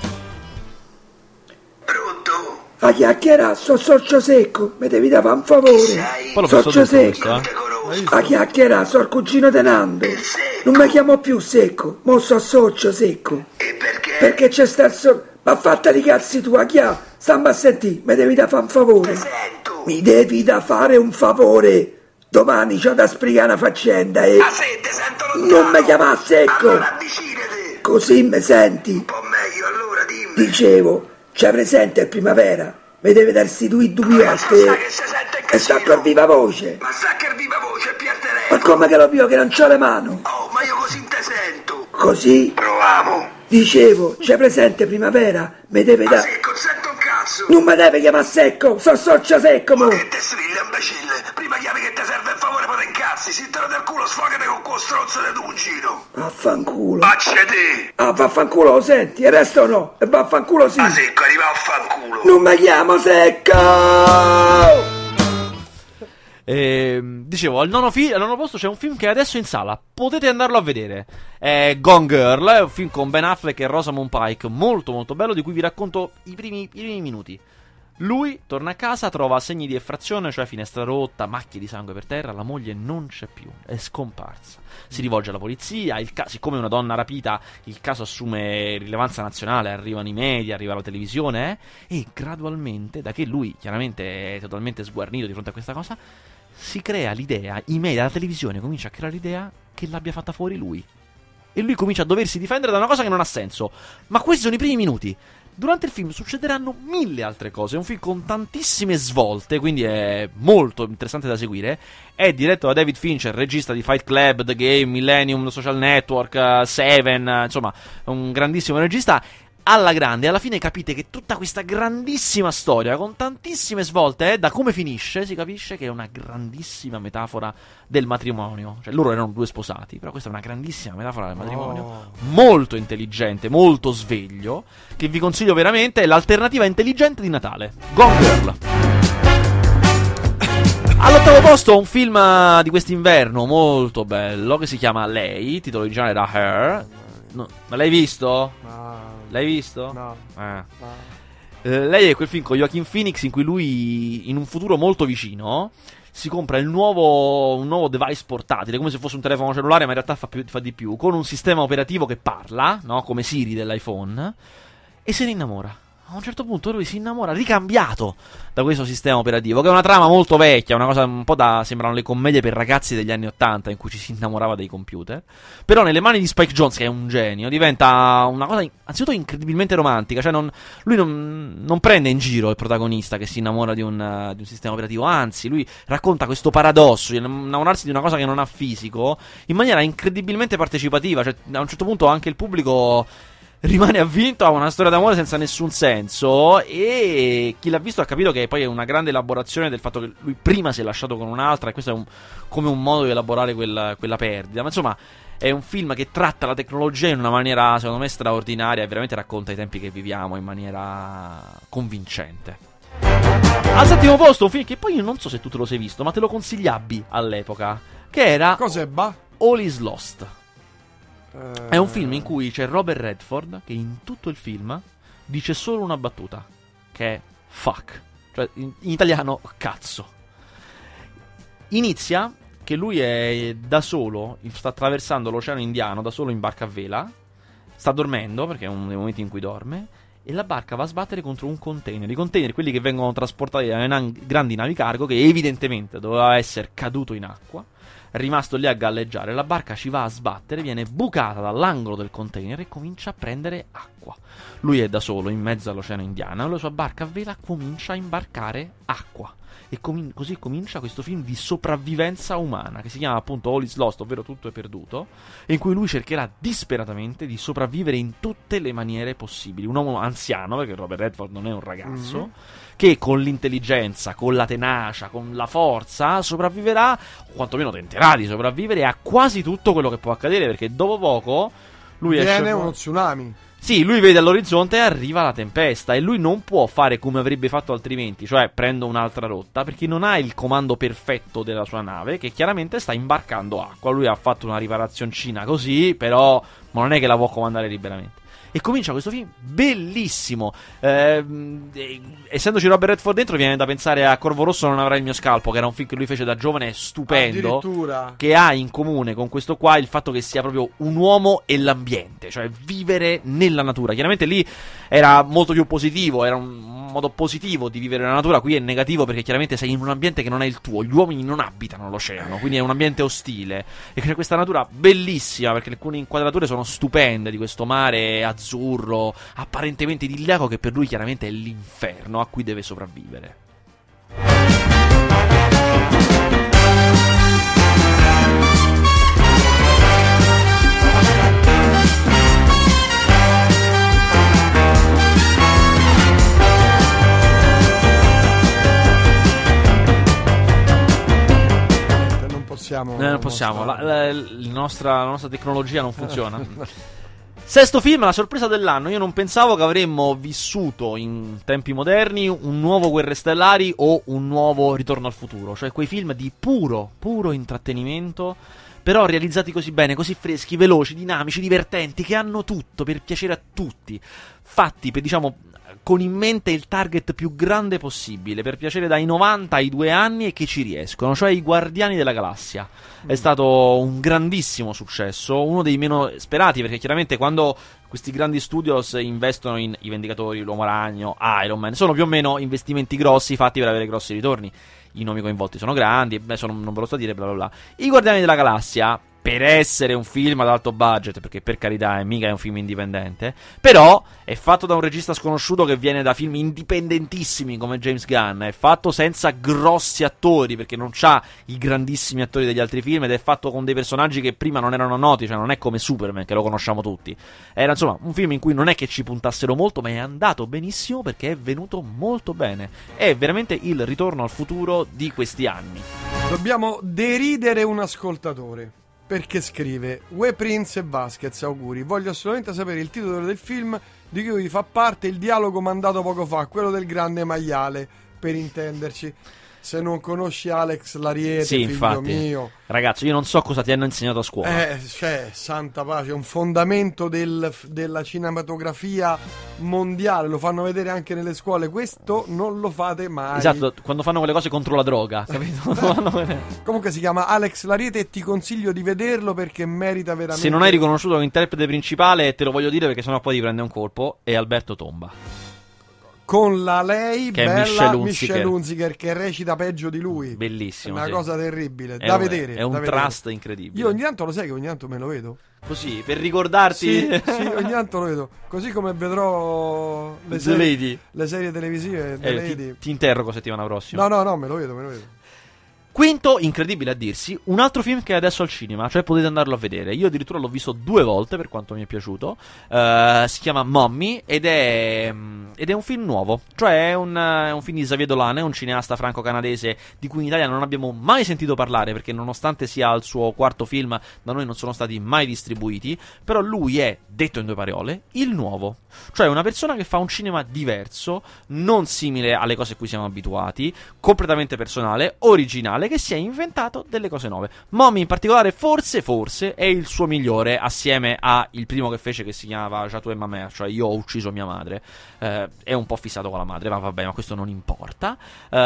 A chiacchierare, so Sorcio Secco, mi devi dare un favore. poi l'ho visto Sorcio tutto Secco, questo, eh. a chiacchierare, so il cugino di Nando. Non mi chiamo più Secco, mo so Sorcio Secco. E perché? Perché c'è sta il so... Ma fatta di cazzi tu, a chià, stamma a sentire, mi devi da fare un favore. Mi devi da fare un favore. Domani c'ho da spiegare una faccenda e... Non mi chiamare Secco. Così mi senti. Un po' meglio, allora dimmi. Dicevo, c'è presente il primavera? Mi deve darsi due dubbiotte e sta per viva voce. Ma sa che viva voce, Ma come che lo pio che non c'ho le mani? Oh, ma io così te sento. Così? Proviamo. Dicevo, c'è presente primavera? Me deve Ma dare... secco, sento un cazzo. Non mi deve chiamare secco, so soccia secco, mo. Ma che te strilla, imbecille? Prima chiami che te serve il favore, poi te incazzi. Si te lo del culo, sfogate con quel stronzo di Dungino. Vaffanculo. Baccete. Ah, vaffanculo, lo senti? E il resto no. E vaffanculo sì. Ma secco, arriva a fanculo. Non mi chiamo secco. Eh, dicevo, al nono, fi- al nono posto c'è un film che è adesso in sala, potete andarlo a vedere. È Gone Girl, è un film con Ben Affleck e Rosamund Pike, molto molto bello, di cui vi racconto i primi, i primi minuti. Lui torna a casa, trova segni di effrazione, cioè finestra rotta, macchie di sangue per terra, la moglie non c'è più, è scomparsa. Si rivolge alla polizia, il ca- siccome è una donna rapita, il caso assume rilevanza nazionale, arrivano i media, arriva la televisione, eh, e gradualmente, da che lui chiaramente è totalmente sguarnito di fronte a questa cosa, si crea l'idea, i media, la televisione comincia a creare l'idea che l'abbia fatta fuori lui. E lui comincia a doversi difendere da una cosa che non ha senso. Ma questi sono i primi minuti. Durante il film succederanno mille altre cose. È un film con tantissime svolte, quindi è molto interessante da seguire. È diretto da David Fincher, regista di Fight Club, The Game, Millennium, The Social Network, Seven, insomma, un grandissimo regista. Alla grande, alla fine capite che tutta questa grandissima storia con tantissime svolte, eh, da come finisce si capisce che è una grandissima metafora del matrimonio. Cioè loro erano due sposati, però questa è una grandissima metafora del matrimonio, oh. molto intelligente, molto sveglio, che vi consiglio veramente. È l'alternativa intelligente di Natale, Gone Girl. All'ottavo posto un film di quest'inverno molto bello che si chiama Lei, titolo originale era Her. No, ma l'hai visto? No. L'hai visto? No. Eh. no. Eh, lei è quel film con Joaquin Phoenix in cui lui, in un futuro molto vicino, si compra il nuovo, un nuovo device portatile, come se fosse un telefono cellulare, ma in realtà fa, più, fa di più, con un sistema operativo che parla, no? Come Siri dell'iPhone, e se ne innamora. A un certo punto lui si innamora, ricambiato da questo sistema operativo, che è una trama molto vecchia, una cosa un po' da... sembrano le commedie per ragazzi degli anni ottanta in cui ci si innamorava dei computer. Però nelle mani di Spike Jonze, che è un genio, diventa una cosa anzitutto incredibilmente romantica. Cioè non, lui non, non prende in giro il protagonista che si innamora di un, uh, di un sistema operativo, anzi lui racconta questo paradosso di innamorarsi di una cosa che non ha fisico in maniera incredibilmente partecipativa. Cioè a un certo punto anche il pubblico rimane avvinto a una storia d'amore senza nessun senso, e chi l'ha visto ha capito che poi è una grande elaborazione del fatto che lui prima si è lasciato con un'altra, e questo è un, come un modo di elaborare quella, quella perdita. Ma insomma è un film che tratta la tecnologia in una maniera secondo me straordinaria e veramente racconta i tempi che viviamo in maniera convincente. Al settimo posto un film che poi io non so se tu te lo sei visto, ma te lo consigliabbi all'epoca, che era Cos'è, ba? All Is Lost. È un film in cui c'è Robert Redford che in tutto il film dice solo una battuta, che è fuck, cioè in, in italiano cazzo. Inizia che lui è da solo, sta attraversando l'Oceano Indiano da solo in barca a vela, sta dormendo perché è uno dei momenti in cui dorme, e la barca va a sbattere contro un container. I container, quelli che vengono trasportati da nan- grandi navi cargo, che evidentemente doveva essere caduto in acqua, è rimasto lì a galleggiare. La barca ci va a sbattere, viene bucata dall'angolo del container e comincia a prendere acqua. Lui è da solo in mezzo all'Oceano Indiano e la sua barca a vela comincia a imbarcare acqua. E com- così comincia questo film di sopravvivenza umana che si chiama appunto All Is Lost, ovvero tutto è perduto, in cui lui cercherà disperatamente di sopravvivere in tutte le maniere possibili. Un uomo anziano, perché Robert Redford non è un ragazzo, mm-hmm. che con l'intelligenza, con la tenacia, con la forza sopravviverà, o quantomeno tenterà di sopravvivere a quasi tutto quello che può accadere, perché dopo poco lui viene esce uno tsunami. Sì, lui vede all'orizzonte e arriva la tempesta, e lui non può fare come avrebbe fatto altrimenti, cioè prendo un'altra rotta, perché non ha il comando perfetto della sua nave, che chiaramente sta imbarcando acqua. Lui ha fatto una riparazioncina così, però ma non è che la può comandare liberamente. E comincia questo film bellissimo. Eh, eh, essendoci Robert Redford dentro, viene da pensare a Corvo Rosso non avrà il mio scalpo, che era un film che lui fece da giovane, stupendo, che ha in comune con questo qua il fatto che sia proprio un uomo e l'ambiente, cioè vivere nella natura. Chiaramente lì era molto più positivo, era un modo positivo di vivere la natura. Qui è negativo perché chiaramente sei in un ambiente che non è il tuo, gli uomini non abitano l'oceano, quindi è un ambiente ostile, e c'è questa natura bellissima perché alcune inquadrature sono stupende di questo mare azzurro apparentemente idilliaco, che per lui chiaramente è l'inferno a cui deve sopravvivere. possiamo. Eh, non possiamo, la, la, la, nostra, la nostra tecnologia non funziona. Sesto film, la sorpresa dell'anno. Io non pensavo che avremmo vissuto in tempi moderni un nuovo Guerre Stellari o un nuovo Ritorno al futuro. Cioè quei film di puro, puro intrattenimento, però realizzati così bene, così freschi, veloci, dinamici, divertenti, che hanno tutto per piacere a tutti. Fatti per, diciamo, con in mente il target più grande possibile, per piacere dai novanta ai due anni e che ci riescono, cioè i Guardiani della Galassia. Mm. È stato un grandissimo successo, uno dei meno sperati, perché chiaramente quando questi grandi studios investono in I Vendicatori, l'Uomo Ragno, Iron Man, sono più o meno investimenti grossi fatti per avere grossi ritorni. I nomi coinvolti sono grandi, beh, sono, non ve lo sto a dire, bla bla bla. I Guardiani della Galassia, per essere un film ad alto budget, perché per carità è mica è un film indipendente, però è fatto da un regista sconosciuto che viene da film indipendentissimi come James Gunn, è fatto senza grossi attori, perché non c'ha i grandissimi attori degli altri film, ed è fatto con dei personaggi che prima non erano noti, cioè non è come Superman che lo conosciamo tutti. Era insomma un film in cui non è che ci puntassero molto, ma è andato benissimo perché è venuto molto bene. È veramente il ritorno al futuro di questi anni. Dobbiamo deridere un ascoltatore, perché scrive: Uè Prince e Vasquez, auguri, voglio assolutamente sapere il titolo del film di cui fa parte il dialogo mandato poco fa, quello del grande maiale, per intenderci. Se non conosci Alex Lariete, sì, figlio infatti, mio, ragazzo, io non so cosa ti hanno insegnato a scuola. Eh, cioè, santa pace, un fondamento del, della cinematografia mondiale, lo fanno vedere anche nelle scuole, questo non lo fate mai. Esatto, quando fanno quelle cose contro la droga, capito? Comunque si chiama Alex Lariete e ti consiglio di vederlo perché merita veramente. Se non hai riconosciuto l'interprete principale, te lo voglio dire perché sennò poi ti prende un colpo, è Alberto Tomba. Con la lei che bella è Michelle Hunziker. Michelle Hunziker che recita peggio di lui. Bellissimo, è una sì. cosa terribile, è da un, vedere. È un da trust vedere. incredibile. Io ogni tanto lo sai che ogni tanto me lo vedo. Così, per ricordarti. Sì, sì, ogni tanto lo vedo. Così come vedrò le, The serie, Lady. le serie televisive The eh, Lady. Ti, ti interrogo settimana prossima. No, no, no, me lo vedo, me lo vedo. Quinto, incredibile a dirsi, un altro film che è adesso al cinema, cioè potete andarlo a vedere. Io addirittura l'ho visto due volte per quanto mi è piaciuto. Uh, si chiama Mommy ed è, ed è un film nuovo. Cioè è un, è un film di Xavier Dolan, è un cineasta franco-canadese di cui in Italia non abbiamo mai sentito parlare, perché nonostante sia il suo quarto film, da noi non sono stati mai distribuiti. Però lui è, detto in due parole, il nuovo. Cioè una persona che fa un cinema diverso, non simile alle cose a cui siamo abituati, completamente personale, originale, che si è inventato delle cose nuove. Mommy in particolare forse forse è il suo migliore, assieme a il primo che fece che si chiamava J'tue et ma mère, cioè Io ho ucciso mia madre. eh, È un po' fissato con la madre, ma vabbè, ma questo non importa.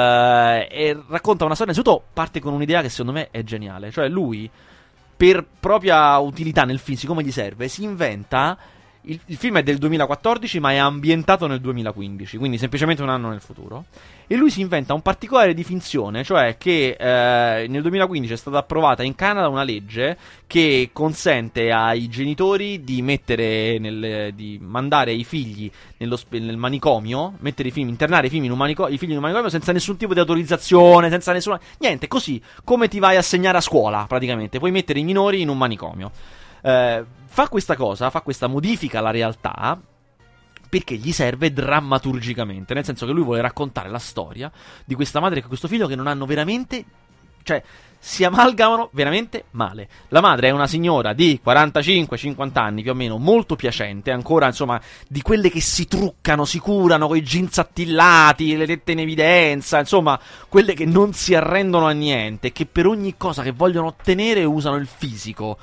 eh, E racconta una storia, innanzitutto parte con un'idea che secondo me è geniale. Cioè lui, per propria utilità nel film, siccome gli serve, si inventa... Il, il film è del duemilaquattordici, ma è ambientato nel duemilaquindici, quindi semplicemente un anno nel futuro. E lui si inventa un particolare di finzione, cioè che eh, nel duemilaquindici è stata approvata in Canada una legge che consente ai genitori di mettere nel, di mandare i figli nello, nel manicomio, mettere i figli, internare i figli in un manicomio, i figli in un manicomio senza nessun tipo di autorizzazione, senza nessuna niente, così come ti vai a segnare a scuola, praticamente. Puoi mettere i minori in un manicomio. Eh, fa questa cosa, fa questa modifica alla realtà perché gli serve drammaturgicamente, nel senso che lui vuole raccontare la storia di questa madre e questo figlio che non hanno veramente, cioè si amalgamano veramente male. La madre è una signora di quarantacinque cinquanta anni più o meno, molto piacente, ancora insomma di quelle che si truccano, si curano con i jeans attillati, le tette in evidenza, insomma quelle che non si arrendono a niente, che per ogni cosa che vogliono ottenere usano il fisico,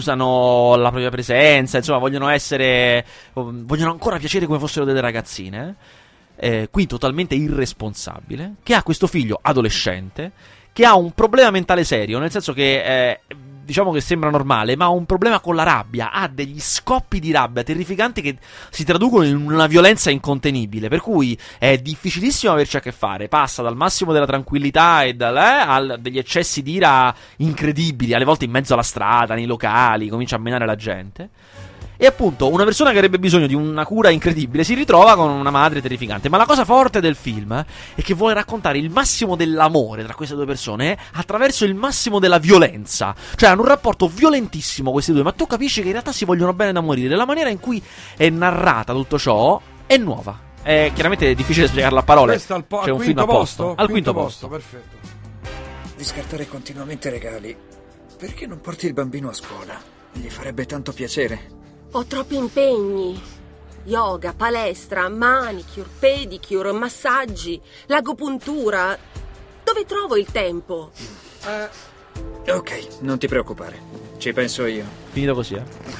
usano la propria presenza, insomma vogliono essere, vogliono ancora piacere come fossero delle ragazzine. eh, Qui totalmente irresponsabile, che ha questo figlio adolescente che ha un problema mentale serio, nel senso che eh, diciamo che sembra normale, ma ha un problema con la rabbia, ha degli scoppi di rabbia terrificanti che si traducono in una violenza incontenibile, per cui è difficilissimo averci a che fare. Passa dal massimo della tranquillità e dal, eh, a degli eccessi di ira incredibili, alle volte in mezzo alla strada, nei locali, comincia a menare la gente. E appunto una persona che avrebbe bisogno di una cura incredibile si ritrova con una madre terrificante. Ma la cosa forte del film è che vuole raccontare il massimo dell'amore tra queste due persone attraverso il massimo della violenza. Cioè hanno un rapporto violentissimo questi due, ma tu capisci che in realtà si vogliono bene da morire. La maniera in cui è narrata tutto ciò è nuova. È chiaramente difficile spiegarla a parole. Questo al, po- C'è al un quinto film posto? al quinto, quinto posto, posto. Perfetto. Di scartare continuamente regali Perché non porti il bambino a scuola? Gli farebbe tanto piacere. Ho troppi impegni. Yoga, palestra, manicure, pedicure, massaggi, l'agopuntura. Dove trovo il tempo? Eh, ok, non ti preoccupare. Ci penso io. Finito così, eh?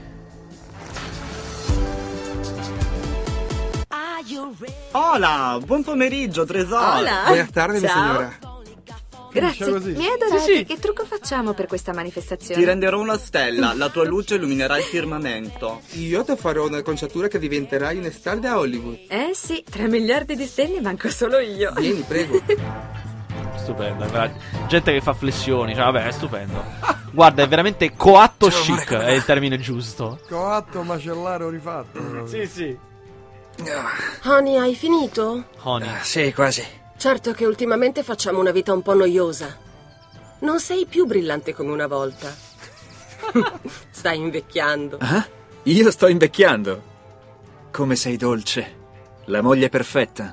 Hola, buon pomeriggio, tesoro. Hola. Buenas tardes, mi Ciao. signora. Grazie, così. mi hai adorato. Sì, sì. Che trucco facciamo per questa manifestazione? Ti renderò una stella, la tua luce illuminerà il firmamento. Io ti farò una conciatura che diventerai una star da Hollywood. Eh sì, tre miliardi di stelle manco solo io. Vieni, prego. Stupendo, è vera- gente che fa flessioni, cioè vabbè, è stupendo. Guarda, è veramente coatto Ciao, chic, amore, è il termine giusto. Coatto macellare rifatto. Sì, sì. Honey, hai finito? Honey. Sì, quasi. Certo che ultimamente facciamo una vita un po' noiosa. Non sei più brillante come una volta. Stai invecchiando. Ah? Io sto invecchiando. Come sei dolce. La moglie perfetta.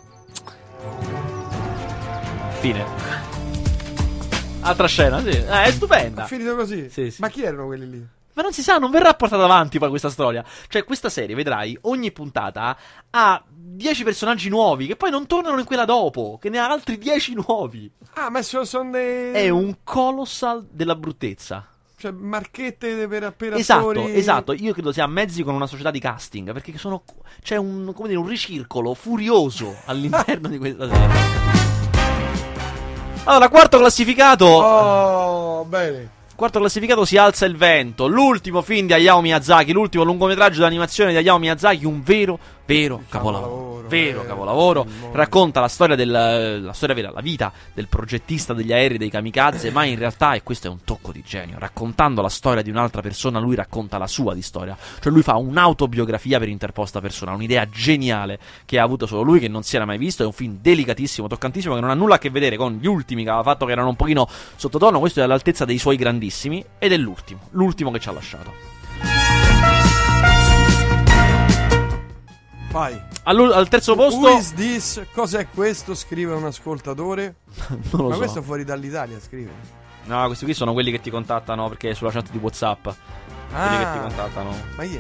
Fine. Altra scena, sì. Eh, è stupenda. È finito così? Sì, sì. Ma chi erano quelli lì? Ma non si sa, non verrà portata avanti poi questa storia. Cioè, questa serie, vedrai, ogni puntata ha dieci personaggi nuovi che poi non tornano in quella dopo, che ne ha altri dieci nuovi. Ah, ma sono son dei... È un colossal della bruttezza. Cioè, marchette per, per Esatto, attori... esatto. Io credo sia a mezzi con una società di casting, perché sono, c'è un, come dire, un ricircolo furioso all'interno di questa serie. Allora, quarto classificato... Oh, bene. Quarto classificato si alza il vento. L'ultimo film di Hayao Miyazaki, l'ultimo lungometraggio d'animazione di Hayao Miyazaki, un vero, vero capolavoro. Vero eh, capolavoro. Racconta la storia del, la storia vera, la vita del progettista degli aerei dei kamikaze, ma in realtà, e questo è un tocco di genio, raccontando la storia di un'altra persona, lui racconta la sua di storia. Cioè lui fa un'autobiografia per interposta persona, un'idea geniale che ha avuto solo lui, che non si era mai visto. È un film delicatissimo, toccantissimo, che non ha nulla a che vedere con gli ultimi che aveva fatto, che erano un pochino sottotono. Questo è all'altezza dei suoi grandissimi, ed è l'ultimo, l'ultimo che ci ha lasciato. Vai. Al, al terzo posto... Who is this? Cos'è questo? Scrive un ascoltatore. Non lo Ma so. questo fuori dall'Italia scrive. No, questi qui sono quelli che ti contattano perché è sulla chat di WhatsApp. Quelli che ti contattano. Ma chi è?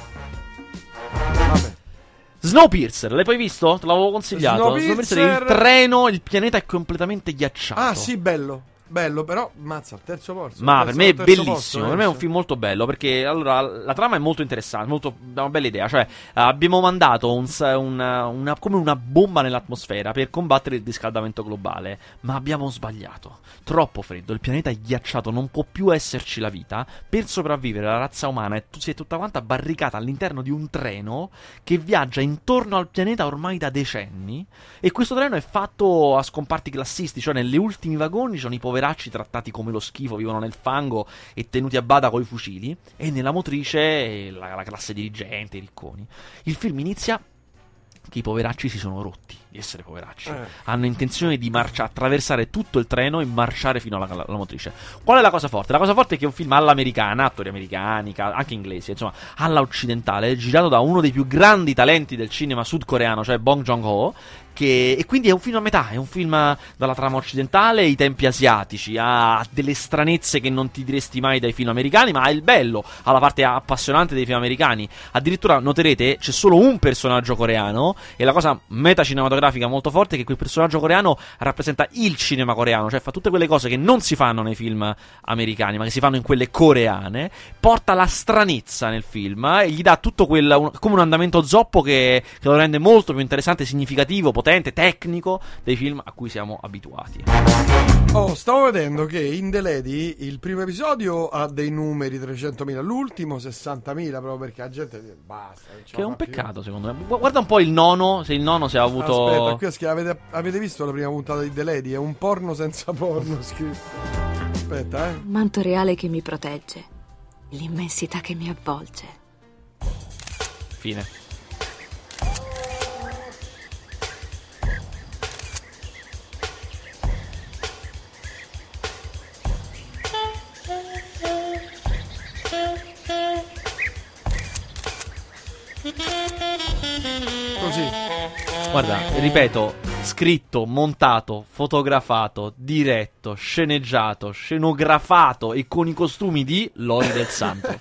Vabbè. Snowpiercer, l'hai poi visto? Te l'avevo consigliato. Snowpiercer... Snowpiercer, il treno, il pianeta è completamente ghiacciato. Ah, sì, bello. Bello, però, mazza, al terzo posto. Ma terzo, per me è terzo bellissimo, posto, per eh, me è un sì. film molto bello, perché allora la trama è molto interessante, molto, una bella idea. Cioè, abbiamo mandato un, una, una, come una bomba nell'atmosfera per combattere il riscaldamento globale, ma abbiamo sbagliato. Troppo freddo, il pianeta è ghiacciato, non può più esserci la vita. Per sopravvivere la razza umana è, si è tutta quanta barricata all'interno di un treno che viaggia intorno al pianeta ormai da decenni, e questo treno è fatto a scomparti classisti, cioè negli ultimi vagoni ci sono i poveracci trattati come lo schifo, vivono nel fango e tenuti a bada coi fucili, e nella motrice la, la classe dirigente, i ricconi. Il film inizia che i poveracci si sono rotti di essere poveracci, Eh. hanno intenzione di marciare, attraversare tutto il treno e marciare fino alla, alla, alla motrice. Qual è la cosa forte? La cosa forte è che è un film all'americana, attori americani, ca- anche inglesi, insomma, alla occidentale, girato da uno dei più grandi talenti del cinema sudcoreano, cioè Bong Joon-ho, che, e quindi è un film a metà, è un film dalla trama occidentale ai tempi asiatici, ha delle stranezze che non ti diresti mai dai film americani, ma ha il bello, ha la parte appassionante dei film americani. Addirittura noterete c'è solo un personaggio coreano, e la cosa metacinematografica molto forte è che quel personaggio coreano rappresenta il cinema coreano, cioè fa tutte quelle cose che non si fanno nei film americani ma che si fanno in quelle coreane, porta la stranezza nel film e gli dà tutto quel, un, come un andamento zoppo che, che lo rende molto più interessante, significativo, potente, tecnico dei film a cui siamo abituati. Oh, stavo vedendo che in The Lady il primo episodio ha dei numeri trecentomila, l'ultimo sessantamila, proprio perché la gente dice basta. non ce Che è la un fa più. peccato secondo me. Gu- Guarda un po' il nono, se il nono si è avuto... Aspetta, qui è scritto, avete, avete visto la prima puntata di The Lady? È un porno senza porno scritto. Aspetta, eh. Un manto reale che mi protegge, l'immensità che mi avvolge. Fine. Così. Guarda, ripeto, scritto, montato, fotografato, diretto, sceneggiato, scenografato e con i costumi di Lori del Santo.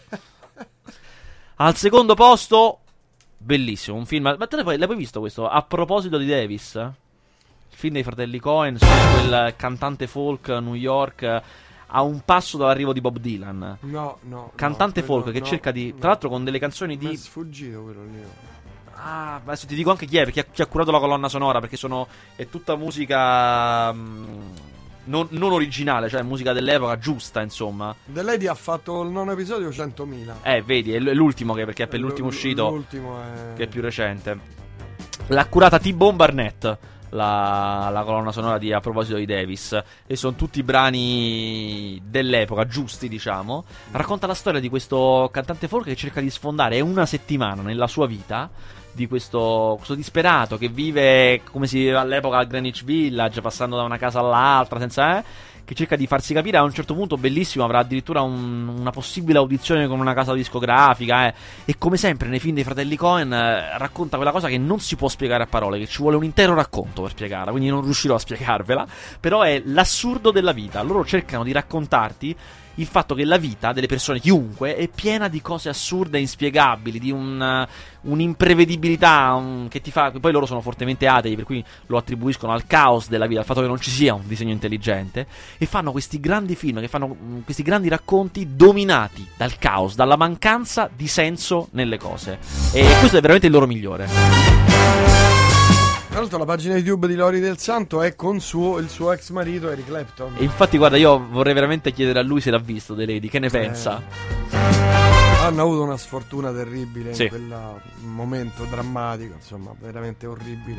Al secondo posto, bellissimo, un film. Ma te l'hai, l'hai visto questo? A proposito di Davis, il film dei fratelli Coen su quel cantante folk a New York, a un passo dall'arrivo di Bob Dylan. No, no. Cantante no, folk che no, cerca di, no. tra l'altro, con delle canzoni di. Mi è sfuggito quello lì. Ah, adesso ti dico anche chi è, perché chi ha curato la colonna sonora, perché sono è tutta musica mh, non, non originale, cioè musica dell'epoca giusta, insomma. The Lady ha fatto il nono episodio centomila. Eh, vedi, è l'ultimo che perché è per l'ultimo uscito, l'ultimo è... che è più recente. L'ha curata T-Bone Barnett, la, la colonna sonora di A proposito di Davis, e sono tutti brani dell'epoca, giusti, diciamo. Racconta la storia di questo cantante folk che cerca di sfondare una settimana nella sua vita di questo, questo disperato che vive come si viveva all'epoca al Greenwich Village, passando da una casa all'altra senza eh, che cerca di farsi capire. A un certo punto, bellissimo, avrà addirittura un, una possibile audizione con una casa discografica eh. E come sempre nei film dei fratelli Coen eh, racconta quella cosa che non si può spiegare a parole, che ci vuole un intero racconto per spiegarla, quindi non riuscirò a spiegarvela, però è l'assurdo della vita. Loro cercano di raccontarti il fatto che la vita delle persone, chiunque, è piena di cose assurde e inspiegabili, di un, uh, un'imprevedibilità un, che ti fa. Poi loro sono fortemente atei, per cui lo attribuiscono al caos della vita, al fatto che non ci sia un disegno intelligente, e fanno questi grandi film, che fanno um, questi grandi racconti dominati dal caos, dalla mancanza di senso nelle cose. E questo è veramente il loro migliore. Tra l'altro la pagina YouTube di Lori del Santo è con suo, il suo ex marito Eric Clapton. E infatti guarda, io vorrei veramente chiedere a lui se l'ha visto The Lady, che ne pensa? Eh, hanno avuto una sfortuna terribile, sì, in quel momento drammatico, insomma, veramente orribile.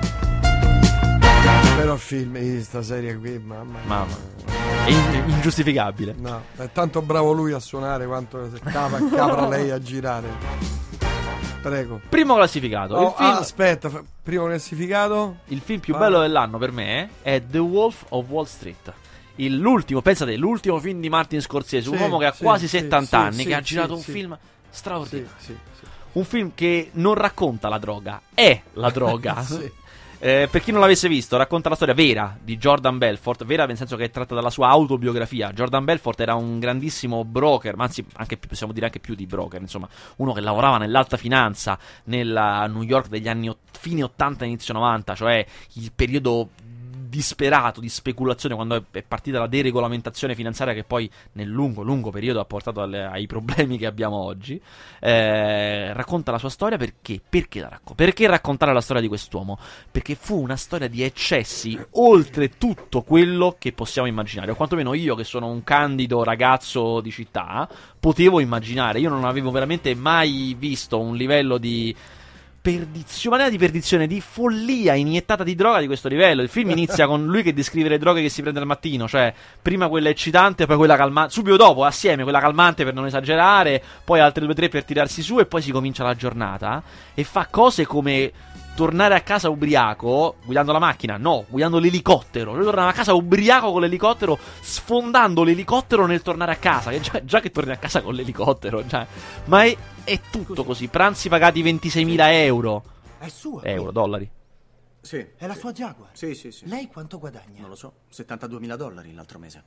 Però il film di sta serie qui, mamma mia, mamma, è in- ingiustificabile. No, è tanto bravo lui a suonare quanto se capra, capra lei a girare. Prego. Primo classificato. Oh, il film... ah, aspetta, f- primo classificato. Il film più ah. bello dell'anno per me è The Wolf of Wall Street. Il, l'ultimo, pensate, l'ultimo film di Martin Scorsese, sì, un uomo che ha sì, quasi sì, settanta sì, anni, sì, che ha girato sì, un film straordinario. Sì, sì, un film che non racconta la droga, è la droga. Sì. Eh, per chi non l'avesse visto, racconta la storia vera di Jordan Belfort, vera nel senso che è tratta dalla sua autobiografia. Jordan Belfort era un grandissimo broker, ma anzi anche più, possiamo dire anche più di broker, insomma, uno che lavorava nell'alta finanza nella New York degli anni ot- fine ottanta inizio novanta, cioè il periodo disperato di speculazione, quando è, è partita la deregolamentazione finanziaria che poi nel lungo lungo periodo ha portato alle, ai problemi che abbiamo oggi. Eh, racconta la sua storia perché perché la racconta? Perché raccontare la storia di quest'uomo? Perché fu una storia di eccessi oltre tutto quello che possiamo immaginare, o quantomeno io, che sono un candido ragazzo di città, potevo immaginare. Io non avevo veramente mai visto un livello di perdizione, maniera di perdizione, di follia iniettata di droga di questo livello. Il film inizia con lui che descrive le droghe che si prende al mattino, cioè prima quella eccitante, poi quella calmante, subito dopo assieme quella calmante per non esagerare, poi altre due o tre per tirarsi su, e poi si comincia la giornata e fa cose come tornare a casa ubriaco guidando la macchina, no, guidando l'elicottero. Lui tornava a casa ubriaco con l'elicottero, sfondando l'elicottero nel tornare a casa, che già, già che torni a casa con l'elicottero, cioè, ma è, è tutto Scusi. Così. Pranzi pagati ventiseimila euro. È sua? Euro, dollari. Sì. È la sua Jaguar? Sì, sì, sì. Lei quanto guadagna? Non lo so, settantaduemila dollari l'altro mese.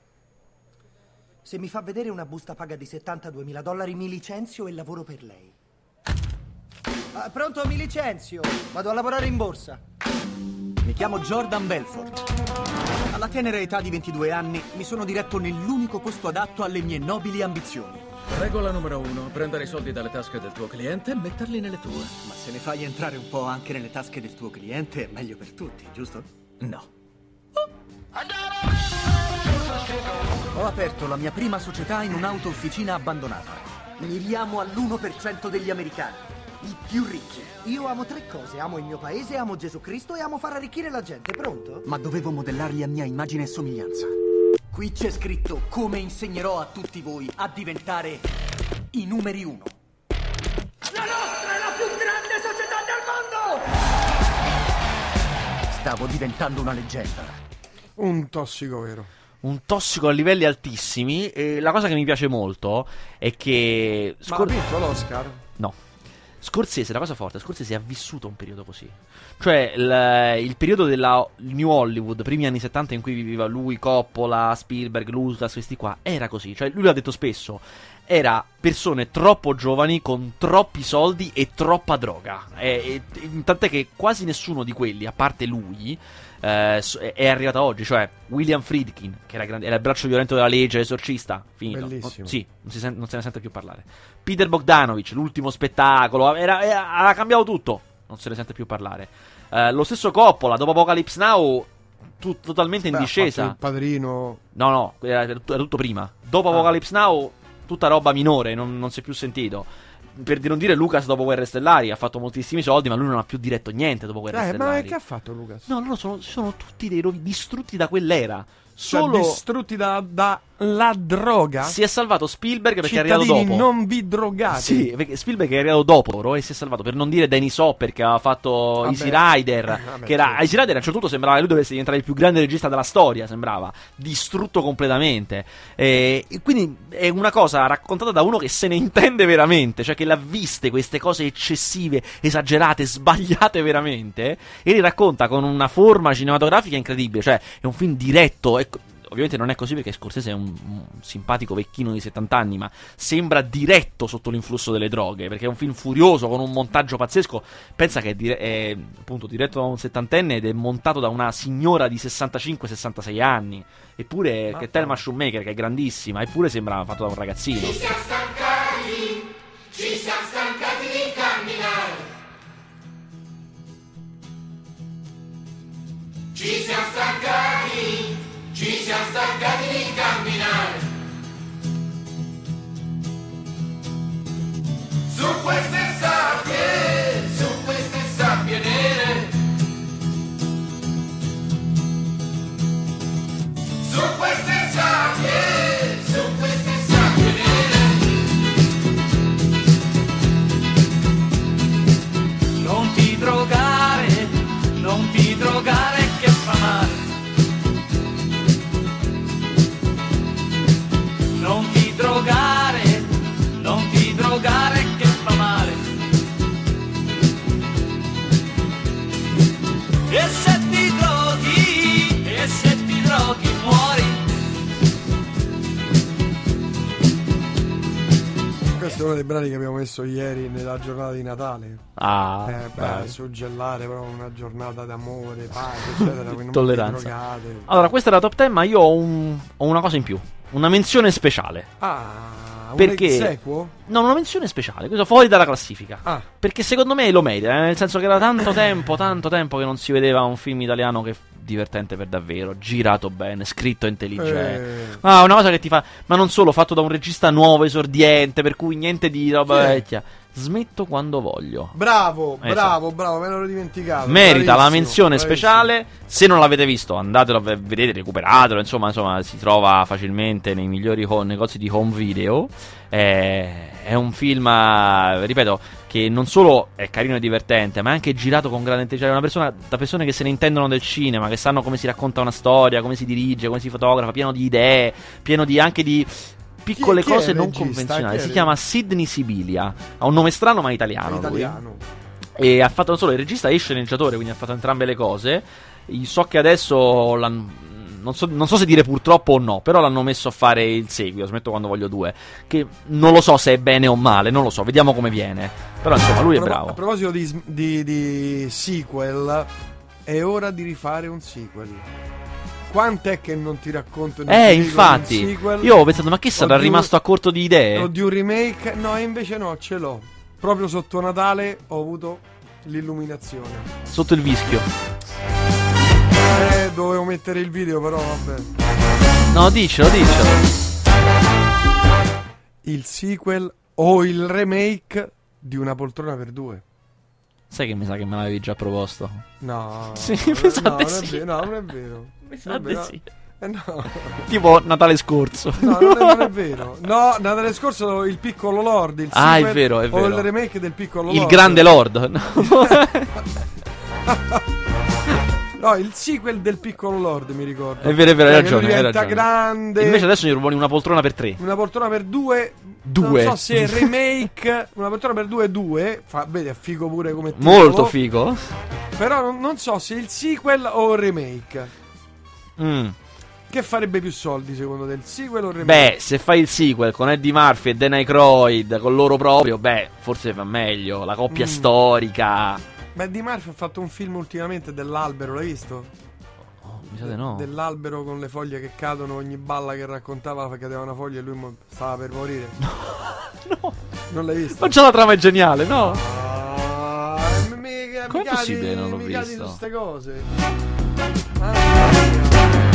Se mi fa vedere una busta paga di settantaduemila dollari mi licenzio e lavoro per lei. Ah, pronto, mi licenzio. Vado a lavorare in borsa. Mi chiamo Jordan Belfort. Alla tenera età di ventidue anni mi sono diretto nell'unico posto adatto alle mie nobili ambizioni. Regola numero uno: prendere i soldi dalle tasche del tuo cliente e metterli nelle tue. Ma se ne fai entrare un po' anche nelle tasche del tuo cliente è meglio per tutti, giusto? No. Ho aperto la mia prima società in un'auto-officina abbandonata. Miriamo all'uno per cento degli americani, i più ricchi. Io amo tre cose: amo il mio paese, amo Gesù Cristo e amo far arricchire la gente. Pronto? Ma dovevo modellarli a mia immagine e somiglianza. Qui c'è scritto come insegnerò a tutti voi a diventare i numeri uno. La nostra è la più grande società del mondo! Stavo diventando una leggenda. Un tossico vero. Un tossico a livelli altissimi. E la cosa che mi piace molto è che Ma ha vinto l'Oscar? No. Scorsese, la cosa forte, Scorsese ha vissuto un periodo così. Cioè il, il periodo della New Hollywood, primi anni settanta, in cui viveva lui, Coppola, Spielberg, Lucas, questi qua, era così. Cioè lui l'ha detto spesso, era persone troppo giovani con troppi soldi e troppa droga. E, e, tant'è che quasi nessuno di quelli, a parte lui, eh, è arrivato oggi. Cioè William Friedkin, che era, grande, era il braccio violento della legge, l'esorcista, finito. Bellissimo. No, sì, non, si sen- non se ne sente più parlare. Peter Bogdanovich, l'ultimo spettacolo, era, era, ha cambiato tutto, non se ne sente più parlare. Eh, lo stesso Coppola, dopo Apocalypse Now, tu, totalmente in Beh, discesa. Il Padrino. No, no, era, era tutto prima. Dopo ah. Apocalypse Now, tutta roba minore, non, non si è più sentito. Per di non dire, Lucas dopo Guerre Stellari ha fatto moltissimi soldi, ma lui non ha più diretto niente dopo Guerre eh, Stellari. Ma che ha fatto Lucas? No, loro sono, sono tutti dei rovi distrutti da quell'era. Solo cioè, distrutti da, da la droga. Si è salvato Spielberg perché Cittadini è arrivato dopo. non vi drogate. Sì, perché Spielberg è arrivato dopo loro e si è salvato. Per non dire Dennis Hopper che aveva fatto vabbè. Easy Rider. Eh, vabbè, che era certo. Easy Rider a un certo punto sembrava che lui dovesse diventare il più grande regista della storia. Sembrava distrutto completamente. E, e quindi è una cosa raccontata da uno che se ne intende veramente. Cioè che l'ha viste queste cose eccessive, esagerate, sbagliate veramente. E li racconta con una forma cinematografica incredibile. Cioè è un film diretto. Ecco. Ovviamente non è così perché Scorsese è un, un simpatico vecchino di settanta anni, ma sembra diretto sotto l'influsso delle droghe, perché è un film furioso con un montaggio pazzesco. Pensa che è, dire- è appunto diretto da un settantenne ed è montato da una signora di sessantacinque sessantasei anni. Eppure, ah, che è Thelma Shoemaker, che è grandissima, eppure sembra fatto da un ragazzino. Ci siamo stancati, ci siamo stancati di camminare. Ci siamo stancati. Ci siamo stancati di camminare su queste sabbie, su queste sabbie nere, su queste sabbie, su queste sabbie nere. Non ti drogare, non ti drogare che fa male. Non ti drogare, non ti drogare che fa male. E se ti droghi, e se ti droghi muori. Questo è uno dei brani che abbiamo messo ieri nella giornata di Natale. Ah, eh, beh, suggellare proprio una giornata d'amore, pace, eccetera. Tolleranza. Allora, questa è la top ten, ma io ho, un, ho una cosa in più. Una menzione speciale. Ah, perché... un ex-equo? No, una menzione speciale, questo fuori dalla classifica. Ah. Perché secondo me lo merita, eh? Nel senso che era tanto tempo, tanto tempo che non si vedeva un film italiano che divertente per davvero, girato bene, scritto intelligente. Eh. Ah, una cosa che ti fa... Ma non solo, fatto da un regista nuovo, esordiente, per cui niente di roba sì. vecchia. Smetto quando voglio. Bravo, esatto. bravo, bravo, me l'ero dimenticato. Merita bravissimo, la menzione bravissimo. speciale. Se non l'avete visto, andatelo a vedere, recuperatelo. Insomma, insomma, si trova facilmente nei migliori ho- negozi di home video. È, è un film, ripeto, che non solo è carino e divertente, ma è anche girato con grande intelligenza. È una persona, da persone che se ne intendono del cinema, che sanno come si racconta una storia, come si dirige, come si fotografa, pieno di idee, pieno di anche di piccole chi, chi cose non regista? convenzionali. Si è? chiama Sidney Sibilia. Ha un nome strano ma italiano. Italiano. Lui. E ha fatto non solo il regista e sceneggiatore, quindi ha fatto entrambe le cose. So che adesso l'hanno, non so, non so se dire purtroppo o no, però l'hanno messo a fare il seguito, Smetto quando voglio due, che non lo so se è bene o male, non lo so, vediamo come viene. Però insomma lui è Pro- bravo. A proposito di, di, di sequel, è ora di rifare un sequel. Quant'è che non ti racconto di Eh, infatti, io ho pensato, ma che sarà rimasto a corto di idee? O di un remake? No, invece no, ce l'ho. Proprio sotto Natale ho avuto l'illuminazione. Sotto il vischio. Eh, dovevo mettere il video, però vabbè. No, dicelo, dicelo. Il sequel o il remake di Una poltrona per due. Sai che mi sa che me l'avevi già proposto? No. Sì, mi sa no, di non sì. è vero, no, non è vero. Mi sa Vabbè, di no. sì. Eh, no. Tipo Natale scorso. No, non è, non è vero. No, Natale scorso il piccolo Lord. Il ah, sequel, è vero, è vero. O il remake del piccolo il Lord. Il grande Lord. No. No, il sequel del Piccolo Lord, mi ricordo. È vero, è vero, hai Cioè, ragione, che lui hai diventa ragione. grande. Invece adesso gli ruboni una poltrona per tre. Una poltrona per due. Due. Non so se è remake. Una poltrona per due è due. Fa, vedi, è figo pure come titolo. Molto figo. Però non, non so se il sequel o il remake. Mm. Che farebbe più soldi secondo te, il sequel o il remake? Beh, se fai il sequel con Eddie Murphy e Dan Aykroyd, con loro proprio, beh, forse fa meglio. La coppia Mm. storica. Beh, Di Murphy ha fatto un film ultimamente dell'albero, l'hai visto? Oh, mi sa di no. Dell'albero con le foglie che cadono, ogni balla che raccontava che cadeva una foglia e lui mo- stava per morire. No. Non l'hai visto? Ma già la trama è geniale, no? Ah, mica, Com'è mica possibile? di- Non l'ho mica di visto. su ste cose. Mamma mia.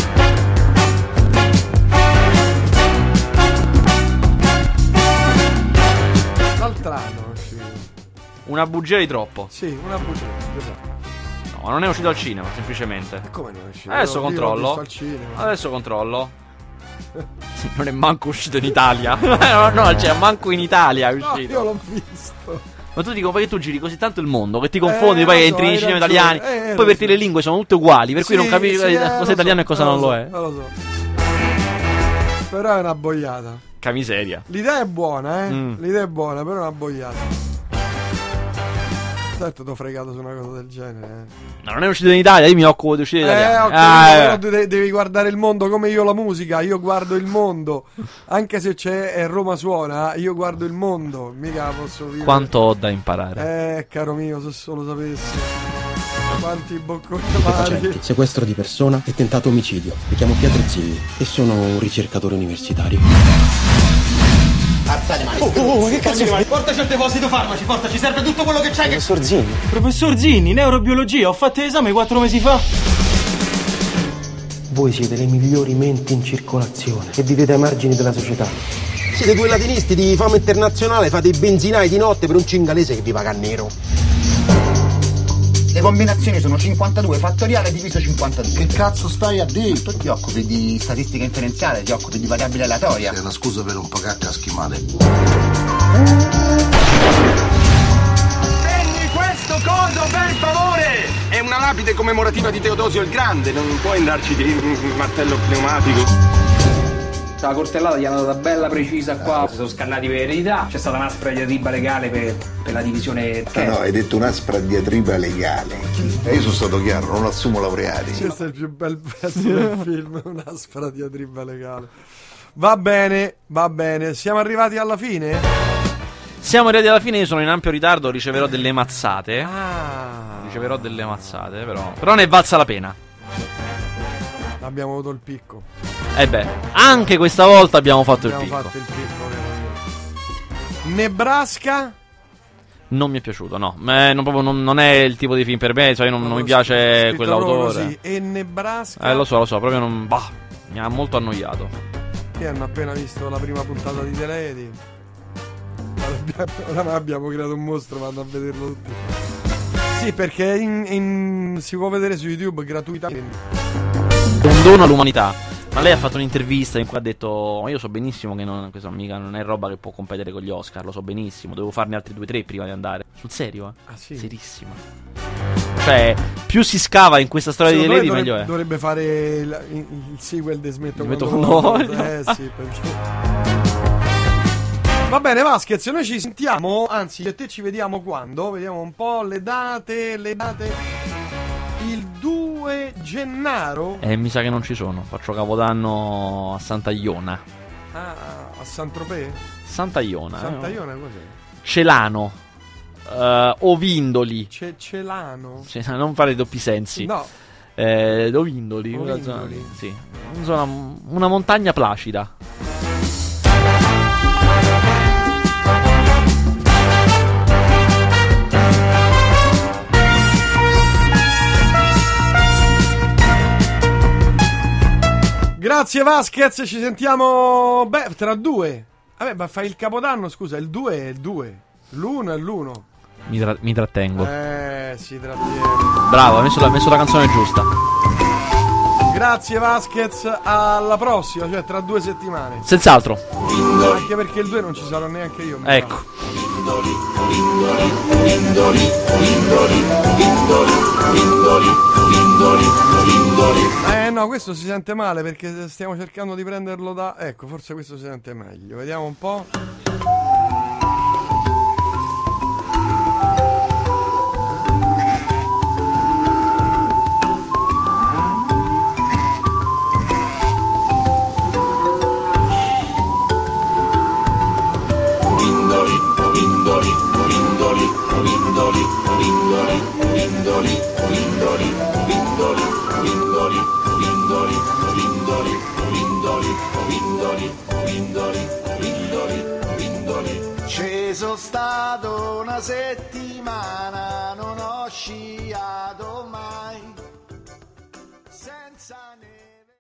L'altro anno è uscito. Una bugia di troppo. Sì, una bugia. Esatto. No, non è uscito al cinema, semplicemente. Come non è uscito? Adesso Io l'ho controllo. visto al cinema. Adesso controllo. Non è manco uscito in Italia. No, no, cioè manco in Italia è No, uscito. io l'ho visto. Ma tu dico perché tu giri così tanto il mondo che ti confondi, Eh, poi lo so, entri nei hai cinema ragione, italiani, eh, hai poi per te ragione. le lingue sono tutte uguali, per cui Sì, non capisci sì, eh, cosa lo è so, italiano e cosa lo non so, lo è. lo so. Però è una boiata. Camiseria. L'idea è buona, eh? Mm. L'idea è buona, però è una boiata. Certo, t'ho fregato su una cosa del genere. Eh, No, non è uscito in Italia, io mi occupo di uscire in eh Italia. ho capito, però tu de- devi guardare il mondo come io la musica. Io guardo il mondo. Anche se c'è e Roma suona, io guardo il mondo. Mica posso vivere. Quanto ho da imparare. Eh, caro mio, se solo sapessi. Quanti bocconi Stupefacenti, vari. sequestro di persona e tentato omicidio. Mi chiamo Pietro Zilli e sono un ricercatore universitario. Alzate mani. Oh, oh, oh, che cazzo fai? Portaci al deposito farmaci, forza, ci serve tutto quello che c'hai. Professor Zilli. Professor Zinni, neurobiologia, ho fatto l'esame quattro mesi fa. Voi siete le migliori menti in circolazione e vivete ai margini della società. Siete due latinisti di fama internazionale, fate i benzinai di notte per un cingalese che vi paga a nero. Le combinazioni sono cinquantadue fattoriale diviso cinquantadue. Che cazzo stai a dire? Tu ti occupi di statistica inferenziale, ti occupi di variabile aleatoria. È una scusa per un po' cacca schimale. Prendi questo coso per favore! È una lapide commemorativa di Teodosio il Grande, non puoi andarci di un martello pneumatico. La coltellata gli è andata bella precisa qua. Si sono scannati per eredità. C'è stata un'aspra diatriba legale per, per la divisione. Ah no, hai detto un'aspra diatriba legale. E io sono stato chiaro, non assumo laureati. Questo è il più bel pezzo del film. Un'aspra diatriba legale. Va bene, va bene. Siamo arrivati alla fine? Siamo arrivati alla fine, io sono in ampio ritardo, riceverò delle mazzate. Ah. Riceverò delle mazzate, però. Però ne è valsa la pena. Abbiamo avuto il picco. Eh beh, anche questa volta abbiamo fatto Abbiamo il picco. fatto il picco. Nebraska? Non mi è piaciuto, no. Eh, non, proprio, non, non è il tipo di film per me, cioè non, non mi piace Scritto quell'autore. proprio così. E Nebraska? Eh, lo so, lo so, proprio non. Bah, mi ha molto annoiato. Che hanno appena visto la prima puntata di Teledi. Oramai abbiamo creato un mostro, vanno a vederlo tutti. Sì, perché in, in, si può vedere su YouTube gratuitamente. Condono all'umanità. Ma lei ha fatto un'intervista in cui ha detto: ma io so benissimo che non, questa mica non è roba che può competere con gli Oscar. Lo so benissimo, devo farne altri due o tre prima di andare. Sul serio, eh? Ah, sì? Serissimo. Cioè, più si scava in questa storia di Secondo Lady, me meglio dovrebbe, è. dovrebbe fare il, il, il sequel di Smetto Smetto quando quando voglio. voglio. Eh sì, perché... Va bene, Vasquez, noi ci sentiamo, anzi io e te ci vediamo quando? Vediamo un po' le date, le date. Il due gennaio. Eh, mi sa che non ci sono. Faccio Capodanno a Santa Iona. Ah, a Saint-Tropez? Santa Iona. Santa eh. Iona cos'è? Celano. Uh, Ovindoli. C'è Celano. Cioè, non fare doppi sensi. No. Eh, Ovindoli. Una Ovindoli. zona, sì. Una, zona, una montagna placida. Grazie Vasquez, ci sentiamo beh, tra due. Vabbè, ma fai il Capodanno, scusa, il due è il due. L'uno è l'uno. Mi, tra- mi trattengo. Eh, si trattiene. Bravo, hai messo, la, messo la canzone giusta. Grazie Vasquez, alla prossima, cioè tra due settimane. Senz'altro. Anche perché il due non ci sarò neanche io. mi Ecco. sa. Ovindoli, ovindoli, ovindoli, ovindoli, ovindoli, ovindoli, ovindoli, ovindoli. Eh no, questo si sente male perché stiamo cercando di prenderlo da... Ecco, forse questo si sente meglio. Vediamo un po'. Ovindoli, ovindoli, ovindoli, ovindoli, ovindoli, ovindoli, ovindoli, ovindoli, ovindoli, ovindoli, ovindoli, ovindoli, ovindoli, ovindoli, ovindoli, ovindoli. Ci sono stato una settimana, non ho sciato mai, senza ne...